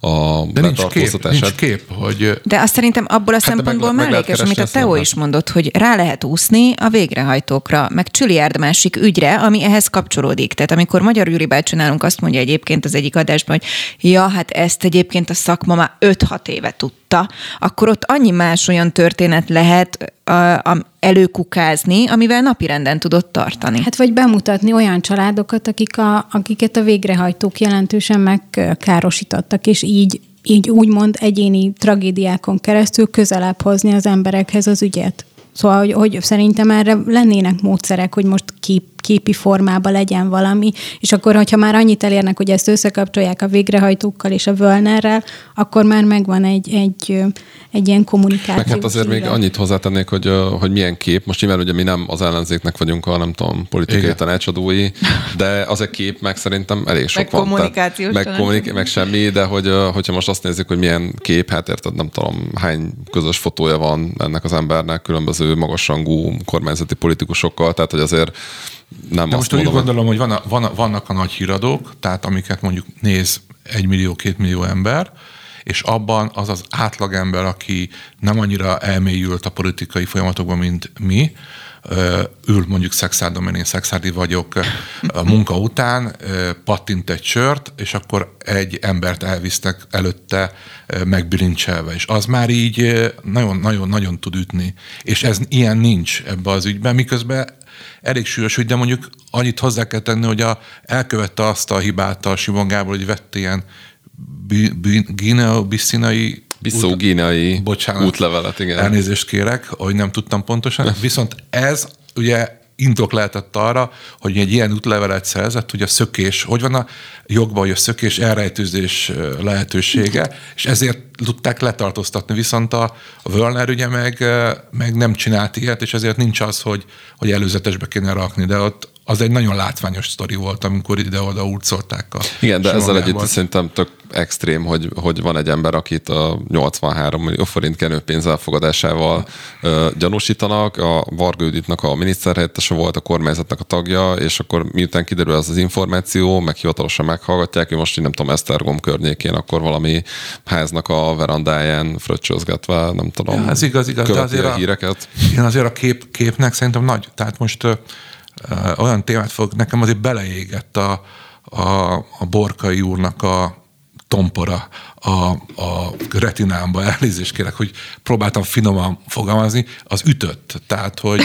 a de nincs kép, nincs kép, hogy... De azt szerintem abból a hát szempontból meg, mellékes, amit a Teó is mondott, hogy rá lehet úszni a végrehajtókra, meg Csüliárd másik ügyre, ami ehhez kapcsolódik. Tehát amikor Magyar Gyuri bácsi nálunk azt mondja egyébként az egyik adásban, hogy ja, hát ezt egyébként a szakma már öt-hat éve tudta, akkor ott annyi más olyan történet lehet a, a, előkukázni, amivel napirenden tudott tartani. Hát vagy bemutatni olyan családokat, akik a, akiket a végrehajtók jelentősen megkárosítottak, és így így úgymond egyéni tragédiákon keresztül közelebb hozni az emberekhez az ügyet. Szóval, hogy, hogy szerintem erre lennének módszerek, hogy most kép, képi formában legyen valami, és akkor, hogyha már annyit elérnek, hogy ezt összekapcsolják a végrehajtókkal és a Völnerrel, akkor már megvan egy, egy, egy ilyen kommunikáció. Meg hát azért még annyit hozzátennék, hogy, hogy milyen kép. Most nyilván ugye mi nem az ellenzéknek vagyunk a nem tudom, politikai igen. tanácsadói, de az a kép meg szerintem elég sok meg van. Kommunikációs meg kommunikációs meg semmi, de hogy, hogyha most azt nézzük, hogy milyen kép, hát érted, nem tudom, hány közös fotója van ennek az embernek különböző magasrangú kormányzati politikusokkal, tehát hogy azért nem de azt most úgy mondom, gondolom, hogy van a, van a, vannak a nagy híradók, tehát amiket mondjuk néz egy millió, két millió ember, és abban az az átlagember, aki nem annyira elmélyült a politikai folyamatokban, mint mi, ül mondjuk Szexárdon, mert én szexárdi vagyok a munka után, pattint egy sört, és akkor egy embert elvisznek előtte megbilincselve, és az már így nagyon-nagyon-nagyon tud ütni. És ez ilyen nincs ebbe az ügyben, miközben elég súlyos ügy, de mondjuk annyit hozzá kell tenni, hogy a, elkövette azt a hibát a Simon Gábor, hogy vette ilyen Guinea-Bissau Bissau-Guineai útlevelet, igen. Elnézést kérek, hogy nem tudtam pontosan. Viszont ez ugye indok lehetett arra, hogy egy ilyen útlevelet szerzett, hogy a szökés, hogy van a jogban, hogy a szökés elrejtőzés lehetősége, és ezért tudták letartóztatni, viszont a, a Völner ugye meg, meg nem csinált ilyet, és ezért nincs az, hogy, hogy előzetesbe kéne rakni, de ott az egy nagyon látványos sztori volt, amikor ide-oda úrcolták a Igen, de ezzel együtt szerintem tök extrém, hogy, hogy van egy ember, akit a nyolcvanhárom millió forint kenőpénz elfogadásával ö, gyanúsítanak, a Varga Juditnak a miniszterhelyettese volt, a kormányzatnak a tagja, és akkor miután kiderül ez az információ, meg hivatalosan meghallgatják, ő most így nem tudom, Esztergom környékén, akkor valami háznak a verandáján fröccsözgetve, nem tudom, ja, ez igaz, igaz, de azért a híreket. Igen, azért a kép, képnek szerintem nagy, tehát most Uh, olyan témát fog, nekem azért beleégett a, a, a Borkai úrnak a tompora a, a retinámba, elnézést kérek, hogy próbáltam finoman fogalmazni, az ütött, tehát, hogy...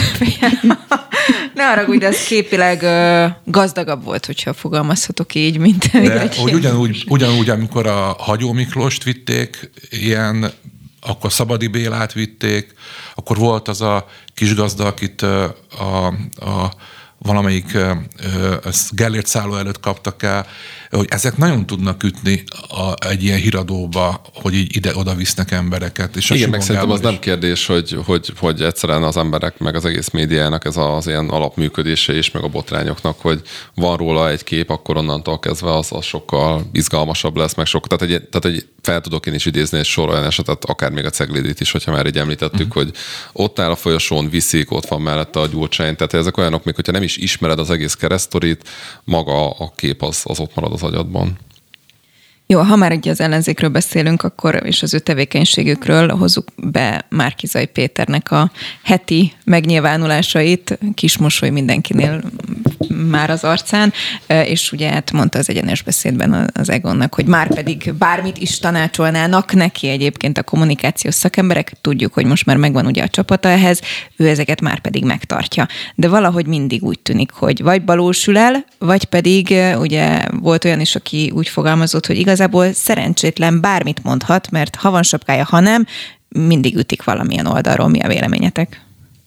Ne haragudj, de ez képileg uh, gazdagabb volt, hogyha fogalmazhatok így, mint... De, hogy ugyanúgy, ugyanúgy, amikor a Hagyó Miklóst vitték, ilyen, akkor Szabadi Bélát vitték, akkor volt az a kisgazda, akit uh, a, a valamelyik Gellért szálló előtt kaptak el, hogy ezek nagyon tudnak ütni a, egy ilyen híradóba, hogy így ide-oda visznek embereket. És igen, meg szerintem az nem kérdés, hogy, hogy, hogy egyszerűen az emberek, meg az egész médiának ez az ilyen alapműködése is, meg a botrányoknak, hogy van róla egy kép, akkor onnantól kezdve az, az sokkal izgalmasabb lesz, meg sokkal. Tehát egy, tehát egy fel tudok én is idézni egy sor olyan esetet, akár még a Ceglédit is, hogyha már így említettük, uh-huh. hogy ott áll a folyosón, viszik, ott van mellette a Gyurcsány, tehát ezek olyanok, még hogyha nem is ismered az egész keresztorit, maga a kép az, az ott marad az agyadban. Jó, ha már ugye az ellenzékről beszélünk, akkor és az ő tevékenységükről hozzuk be Márki-Zay Péternek a heti megnyilvánulásait, kis mosoly mindenkinél már az arcán, és ugye hát mondta az egyenes beszédben az Egonnak, hogy már pedig bármit is tanácsolnának neki egyébként a kommunikációs szakemberek, tudjuk, hogy most már megvan ugye a csapata ehhez, ő ezeket már pedig megtartja. De valahogy mindig úgy tűnik, hogy vagy balósul el, vagy pedig ugye volt olyan is, aki úgy fogalmazott, hogy igazából szerencsétlen bármit mondhat, mert ha van sapkája, ha nem, mindig ütik valamilyen oldalról. Mi a véleményetek?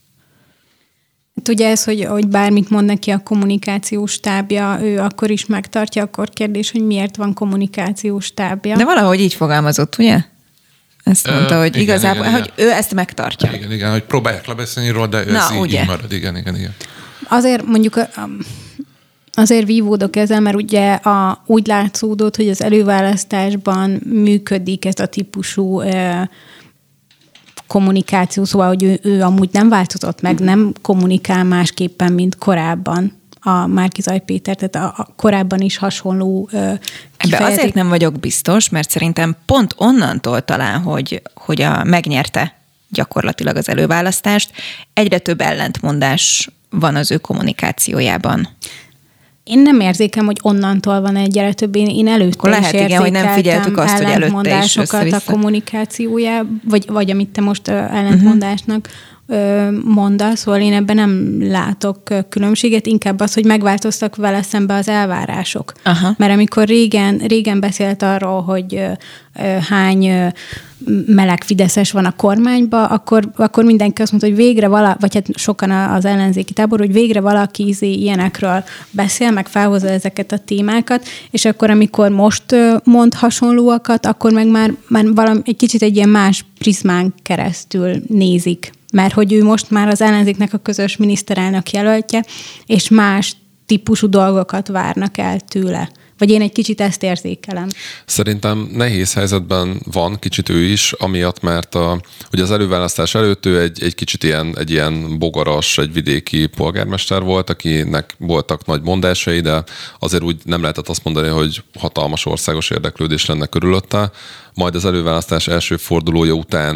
Hát ugye ez, hogy, hogy bármit mond neki a kommunikációs stábja, ő akkor is megtartja, akkor kérdés, hogy miért van kommunikációs stábja. De valahogy így fogalmazott, ugye? Ezt mondta, Ö, hogy igen, igazából, igen, hogy igen. ő ezt megtartja. Igen, igen, hogy próbálják lebeszélni róla, de ő Na, ez így, ugye? így marad. Igen, igen, igen. Azért mondjuk azért vívódok ezzel, mert ugye a, úgy látszódott, hogy az előválasztásban működik ez a típusú e, kommunikáció, szóval, hogy ő, ő amúgy nem változott meg, nem kommunikál másképpen, mint korábban a Márki-Zay Péter, tehát a, a korábban is hasonló e, Ebbe azért nem vagyok biztos, mert szerintem pont onnantól talán, hogy, hogy a, megnyerte gyakorlatilag az előválasztást, egyre több ellentmondás van az ő kommunikációjában. Én nem érzékem, hogy onnantól van egyre több. Én, én előtte Akkor lehet, is igen, hogy nem figyeltük azt, hogy előtte is a kommunikációjá, vagy, vagy amit te most ellentmondásnak uh-huh. mondasz, szóval én ebben nem látok különbséget, inkább az, hogy megváltoztak vele szembe az elvárások. Aha. Mert amikor régen, régen beszélt arról, hogy hány meleg fideszes van a kormányban, akkor, akkor mindenki azt mondta, hogy végre vala, vagy hát sokan az ellenzéki tábor, hogy végre valaki izé ilyenekről beszél, meg felhozza ezeket a témákat, és akkor, amikor most mond hasonlóakat, akkor meg már, már valami, egy kicsit egy ilyen más prizmán keresztül nézik. Mert hogy ő most már az ellenzéknek a közös miniszterelnök jelöltje, és más típusú dolgokat várnak el tőle. Vagy én egy kicsit ezt érzékelem. Szerintem nehéz helyzetben van kicsit ő is, amiatt, mert a, ugye az előválasztás előtt ő egy, egy kicsit ilyen, egy ilyen bogaras, egy vidéki polgármester volt, akinek voltak nagy mondásai, de azért úgy nem lehetett azt mondani, hogy hatalmas országos érdeklődés lenne körülötte. Majd az előválasztás első fordulója után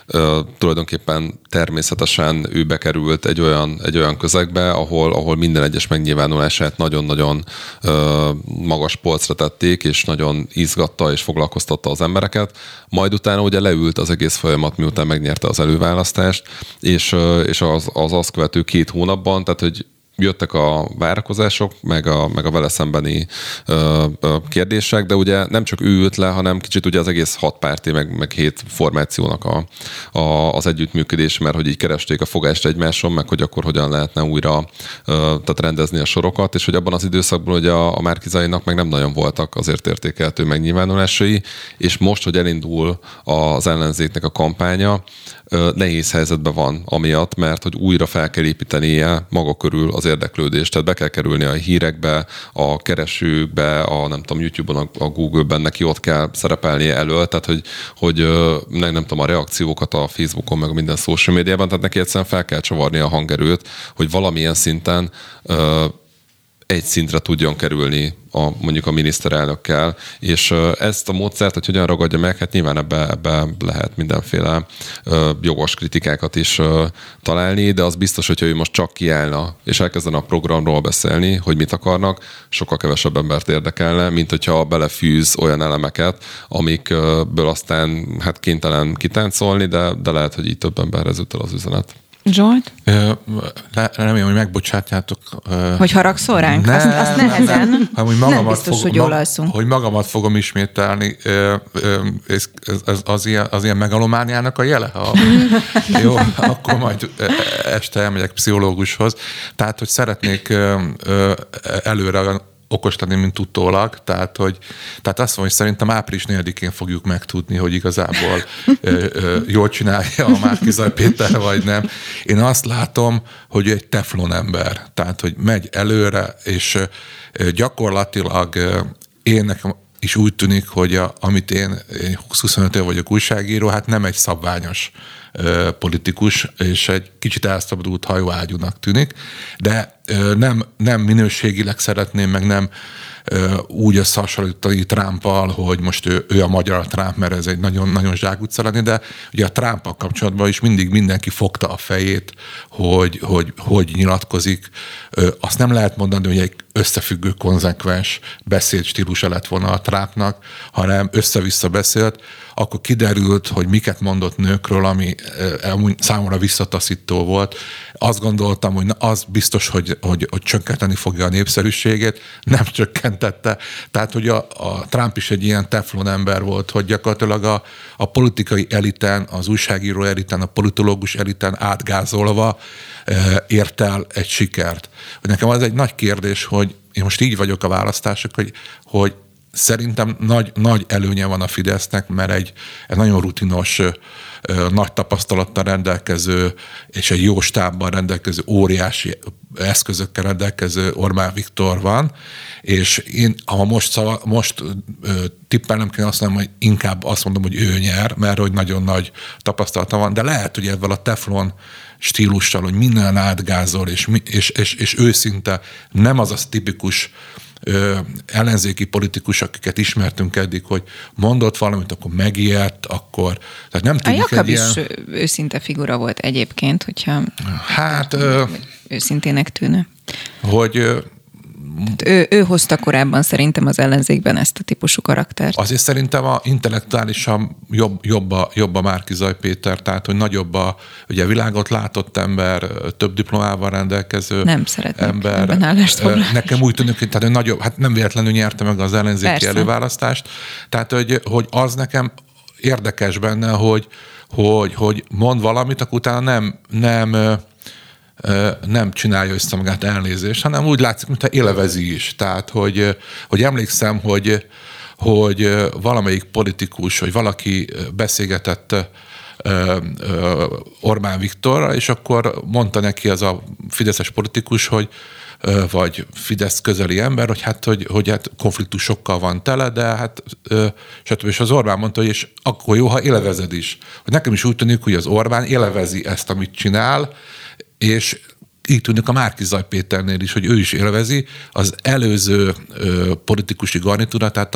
ö, tulajdonképpen természetesen ő bekerült egy olyan, egy olyan közegbe, ahol, ahol minden egyes megnyilvánulását nagyon-nagyon ö, magas polcra tették, és nagyon izgatta és foglalkoztatta az embereket. Majd utána ugye leült az egész folyamat, miután megnyerte az előválasztást, és, ö, és az, az azt követő két hónapban, tehát hogy jöttek a várakozások, meg a, meg a vele szembeni ö, ö, kérdések, de ugye nem csak ő ült le, hanem kicsit ugye az egész hat párti, meg, meg hét formációnak a, a, az együttműködés, mert hogy így keresték a fogást egymáson, meg hogy akkor hogyan lehetne újra ö, tehát rendezni a sorokat, és hogy abban az időszakban ugye a, a Márki-Zaynak meg nem nagyon voltak azért értékelhető megnyilvánulásai, és most, hogy elindul az ellenzéknek a kampánya, ö, nehéz helyzetben van amiatt, mert hogy újra fel kell építenie maga körül az érdeklődést, tehát be kell kerülni a hírekbe, a keresőkbe, a nem tudom, YouTube-on, a Google-ben neki ott kell szerepelnie elől, tehát hogy, hogy nem, nem tudom, a reakciókat a Facebookon, meg a minden social médiában, tehát neki egyszerűen fel kell csavarni a hangerőt, hogy valamilyen szinten ö, egy szintre tudjon kerülni a, mondjuk a miniszterelnökkel, és ezt a módszert, hogy hogyan ragadja meg, hát nyilván ebbe, ebbe lehet mindenféle ö, jogos kritikákat is ö, találni, de az biztos, hogyha ő most csak kiállna, és elkezdene a programról beszélni, hogy mit akarnak, sokkal kevesebb embert érdekelne, mint hogyha belefűz olyan elemeket, amikből aztán hát kénytelen kitáncolni, de, de lehet, hogy így több emberhez jut el az üzenet. Zsolt? Remélem, hogy megbocsátjátok. Hogy haragszol ránk? Ne, azt, azt nehezen. Nem, nem, hogy magamat nem biztos, fog, hogy jól alszunk. Hogy magamat fogom ismételni. Ez, ez az, ilyen, az ilyen megalomániának a jele? Ha, jó, akkor majd este elmegyek pszichológushoz. Tehát, hogy szeretnék előre okos lenni, mint utólag, tehát, hogy, tehát azt mondom, hogy szerintem április negyedikén fogjuk megtudni, hogy igazából ö, ö, jól csinálja a Márki-Zay Péter, vagy nem. Én azt látom, hogy egy teflon ember, tehát, hogy megy előre, és ö, gyakorlatilag ö, én nekem is úgy tűnik, hogy a, amit én, én húsz-huszonöt év vagyok újságíró, hát nem egy szabványos ö, politikus, és egy kicsit elszabadult hajóágyúnak tűnik, de ö, nem, nem minőségileg szeretném, meg nem ö, úgy összehasonlítani Trumpal, hogy most ő, ő a magyar Trump, mert ez egy nagyon, nagyon zsákutca lenni, de ugye a Trumpal kapcsolatban is mindig mindenki fogta a fejét, hogy hogy, hogy nyilatkozik. Ö, azt nem lehet mondani, hogy egy összefüggő, konzekvens beszédstílusa lett volna a Trumpnak, hanem össze-vissza beszélt, akkor kiderült, hogy miket mondott nőkről, ami számomra visszataszító volt. Azt gondoltam, hogy na, az biztos, hogy, hogy, hogy csökkenteni fogja a népszerűségét, nem csökkentette. Tehát, hogy a, a Trump is egy ilyen teflon ember volt, hogy gyakorlatilag a, a politikai eliten, az újságíró eliten, a politológus eliten átgázolva e, ért el egy sikert. Hogy nekem az egy nagy kérdés, hogy én most így vagyok a választások, hogy, hogy szerintem nagy, nagy előnye van a Fidesznek, mert egy, egy nagyon rutinos, nagy tapasztalattal rendelkező és egy jó stábban rendelkező, óriási eszközökkel rendelkező Orbán Viktor van, és én, ha most, szava, most tippelnem kell, azt mondom, hogy inkább azt mondom, hogy ő nyer, mert hogy nagyon nagy tapasztalata van, de lehet, hogy ebben a teflon stílussal, hogy minden átgázol, és, és, és, és őszinte, nem az az tipikus Ö, ellenzéki politikus, akiket ismertünk eddig, hogy mondott valamit, akkor megijedt, akkor... Tehát nem tűnik a Jakab egy is ilyen... őszinte figura volt egyébként, hogyha hát, ö... őszintének tűnne. Hogy... Ö... Ő, ő hozta korábban szerintem az ellenzékben ezt a típusú karaktert. Azért szerintem a intellektuálisan jobb, jobb, a, jobb a Márki-Zay Péter, tehát hogy nagyobb a ugye világot látott ember, több diplomával rendelkező nem szeretnék ember. ebben állást foglalni. Nekem úgy tűnik, hogy, tehát, hogy nagyobb, hát nem véletlenül nyerte meg az ellenzéki Persze. előválasztást. Tehát, hogy, hogy az nekem érdekes benne, hogy, hogy, hogy mond valamit, akkor utána nem, nem nem csinálja össze magát elnézést, hanem úgy látszik, mintha élevezi is. Tehát, hogy, hogy emlékszem, hogy, hogy valamelyik politikus, hogy valaki beszélgetett Orbán Viktorra, és akkor mondta neki az a fideszes politikus, hogy vagy Fidesz közeli ember, hogy hát, hogy, hogy hát konfliktusokkal van tele, de hát stb. És az Orbán mondta, hogy és akkor jó, ha élvezed is. Hogy nekem is úgy tűnik, hogy az Orbán élvezi ezt, amit csinál, és így tűnik a Márki-Zay Péternél is, hogy ő is élvezi az előző ö, politikusi garnitúra, tehát a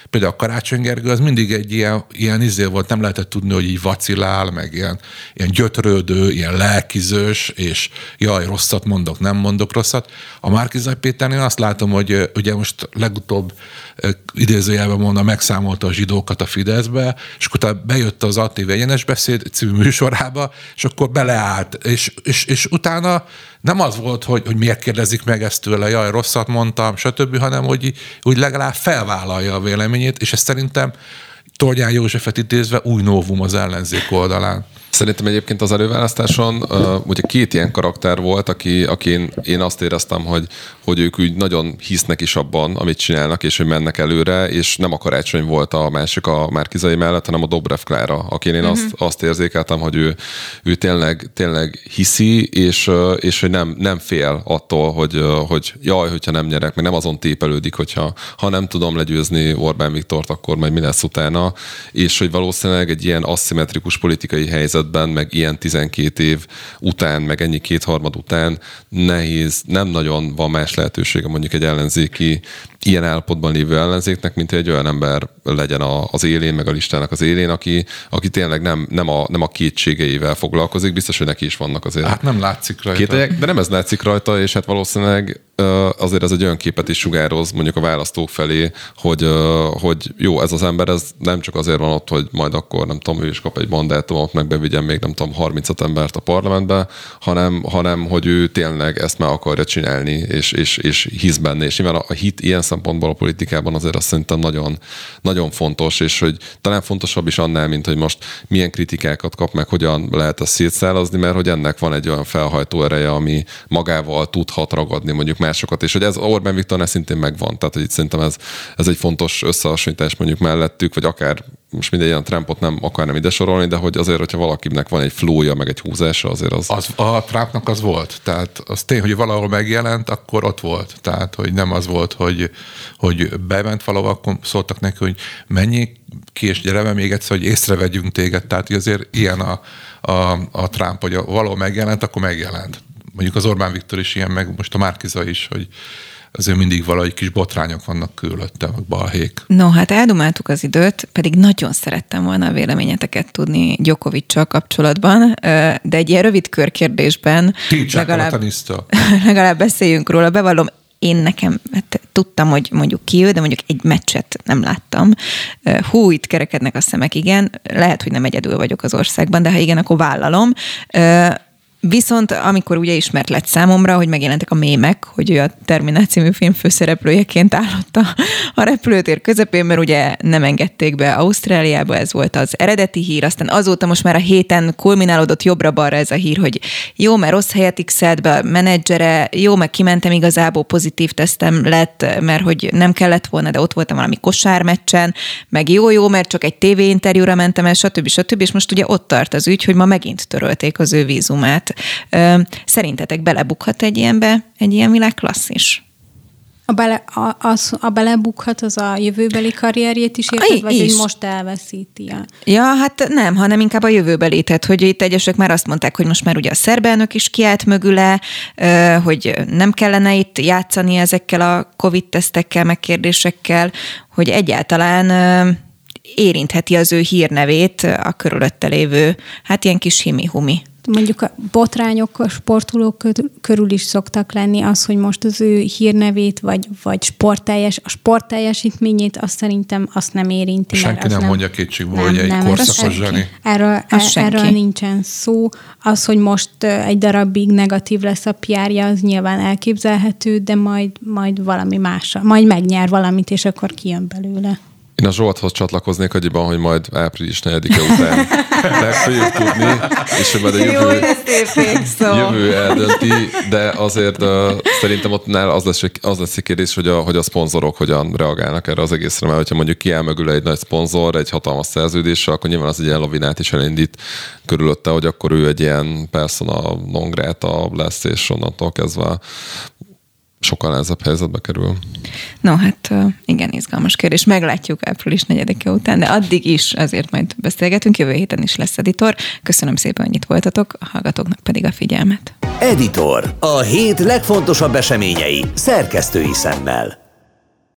például a Karácsony Gergely az mindig egy ilyen, ilyen izé volt, nem lehetett tudni, hogy így vacilál, meg ilyen, ilyen gyötrődő, ilyen lelkizős, és jaj, rosszat mondok, nem mondok rosszat. A Márki-Zay Péternél azt látom, hogy ugye most legutóbb idézőjelben mondva megszámolta a zsidókat a Fideszbe, és akkor bejött az á té vé Egyenes Beszéd című műsorába, és akkor beleállt, és, és, és utána nem az volt, hogy, hogy miért kérdezik meg ezt tőle, jaj, rosszat mondtam, stb., hanem hogy úgy legalább felvállalja a véleményét, és ez szerintem Tolgyán Józsefet idézve új novum az ellenzék oldalán. Szerintem egyébként az előválasztáson uh, ugye két ilyen karakter volt, aki, akin én azt éreztem, hogy, hogy ők úgy nagyon hisznek is abban, amit csinálnak, és hogy mennek előre, és nem a Karácsony volt a másik a Márki-Zay mellett, hanem a Dobrev Klára, akin én uh-huh. azt, azt érzékeltem, hogy ő, ő tényleg, tényleg hiszi, és, és hogy nem, nem fél attól, hogy, hogy jaj, hogyha nem nyerek, meg nem azon tépelődik, hogyha ha nem tudom legyőzni Orbán Viktort, akkor majd mi lesz utána, és hogy valószínűleg egy ilyen aszimmetrikus politikai helyzet meg ilyen tizenkét év után, meg ennyi kétharmad után nehéz, nem nagyon van más lehetősége mondjuk egy ellenzéki, ilyen állapotban lévő ellenzéknek, mint egy olyan ember legyen az élén, meg a listának az élén, aki, aki tényleg nem, nem, a, nem a kétségeivel foglalkozik, biztos, hogy neki is vannak azért. Hát nem látszik rajta. Kételyek, de nem ez látszik rajta, és hát valószínűleg azért ez egy olyan képet is sugároz mondjuk a választók felé, hogy, hogy jó, ez az ember, ez nem csak azért van ott, hogy majd akkor nem tudom, ő is kap egy mandátumot, meg bevigyen még nem tudom harminc embert a parlamentbe, hanem, hanem hogy ő tényleg ezt meg akarja csinálni, és, és, és hisz benne. És nyilván a hit ilyen szempontból a politikában azért azt szerintem nagyon, nagyon fontos, és hogy talán fontosabb is annál, mint hogy most milyen kritikákat kap, meg hogyan lehet ezt szétszálazni, mert hogy ennek van egy olyan felhajtó ereje, ami magával tudhat ragadni mondjuk másokat, és hogy ez Orbán Viktornál szintén megvan. Tehát, hogy itt szerintem ez, ez egy fontos összehasonlítás mondjuk mellettük, vagy akár most mindegy ilyen Trumpot nem akarnám ide sorolni, de hogy azért, hogyha valakinek van egy flója, meg egy húzása, azért az... az a Trumpnak az volt. Tehát az tény, hogy valahol megjelent, akkor ott volt. Tehát, hogy nem az volt, hogy, hogy bement valahol, akkor szóltak neki, hogy menjél ki, és gyere be még egyszer, hogy észrevegyünk téged. Tehát, hogy azért ilyen a, a, a Trump, hogy valahol megjelent, akkor megjelent. Mondjuk az Orbán Viktor is ilyen, meg most a Márki-Zay is, hogy azért mindig valahogy kis botrányok vannak körülötte, meg balhék. No, hát eldomáltuk az időt, pedig nagyon szerettem volna a véleményeteket tudni Djokovic-csal kapcsolatban, de egy ilyen rövid körkérdésben legalább, legalább beszéljünk róla. Bevallom, én nekem, hát tudtam, hogy mondjuk ki ő, de mondjuk egy meccset nem láttam. Hú, itt kerekednek a szemek, igen. Lehet, hogy nem egyedül vagyok az országban, de ha igen, akkor vállalom. Viszont amikor ugye ismert lett számomra, hogy megjelentek a mémek, hogy ő a Terminál című film főszereplőjeként állott a, a repülőtér közepén, mert ugye nem engedték be Ausztráliába, ez volt az eredeti hír, aztán azóta most már a héten kulminálódott jobbra-balra ez a hír, hogy jó, mert rossz helyet x-elt be a menedzsere, jó, meg kimentem igazából, pozitív tesztem lett, mert hogy nem kellett volna, de ott voltam valami kosármeccsen, meg jó-jó, mert csak egy tévéinterjúra mentem el, stb. stb. És most ugye ott tart az ügy, hogy ma megint törölték az ő vízumát. Szerintetek belebukhat egy ilyenbe, egy ilyen világklasszis? A, bele, a, az, a belebukhat az a jövőbeli karrierjét is érted, vagy hogy most elveszíti? A... Ja, hát nem, hanem inkább a jövőbeli. Tehát, hogy itt egyesek már azt mondták, hogy most már ugye a szerb elnök is kiállt mögüle, hogy nem kellene itt játszani ezekkel a Covid-tesztekkel, meg kérdésekkel, hogy egyáltalán érintheti az ő hírnevét a körülötte lévő, hát ilyen kis himi-humi. Mondjuk a botrányok a sportolók körül is szoktak lenni, az, hogy most az ő hírnevét, vagy, vagy sportteljes, a sportteljesítményét, azt szerintem azt nem érinti. Senki nem, nem mondja kétségbe, hogy egy korszakos zseni. Erről, erről nincsen szó. Az, hogy most egy darabig negatív lesz a pé er-je, az nyilván elképzelhető, de majd, majd valami másra. Majd megnyer valamit, és akkor kijön belőle. Én a Zsolthoz csatlakoznék annyiban, hogy majd április negyedike után meg fogjuk tudni, és hogy majd a jövő, jövő eldönti, de azért uh, szerintem ott nál az lesz, az lesz a kérdés, hogy a, hogy a szponzorok hogyan reagálnak erre az egészre, mert hogyha mondjuk kiáll mögül egy nagy szponzor, egy hatalmas szerződéssel, akkor nyilván az egy ilyen lavinát is elindít körülötte, hogy akkor ő egy ilyen persona non grata lesz, és onnantól kezdve sokkal nehezebb helyzetbe kerül. No, hát igen, izgalmas kérdés. Meglátjuk április negyedike után, de addig is azért majd beszélgetünk. Jövő héten is lesz Editor. Köszönöm szépen, hogy itt voltatok, a hallgatóknak pedig a figyelmet. Editor. A hét legfontosabb eseményei szerkesztői szemmel.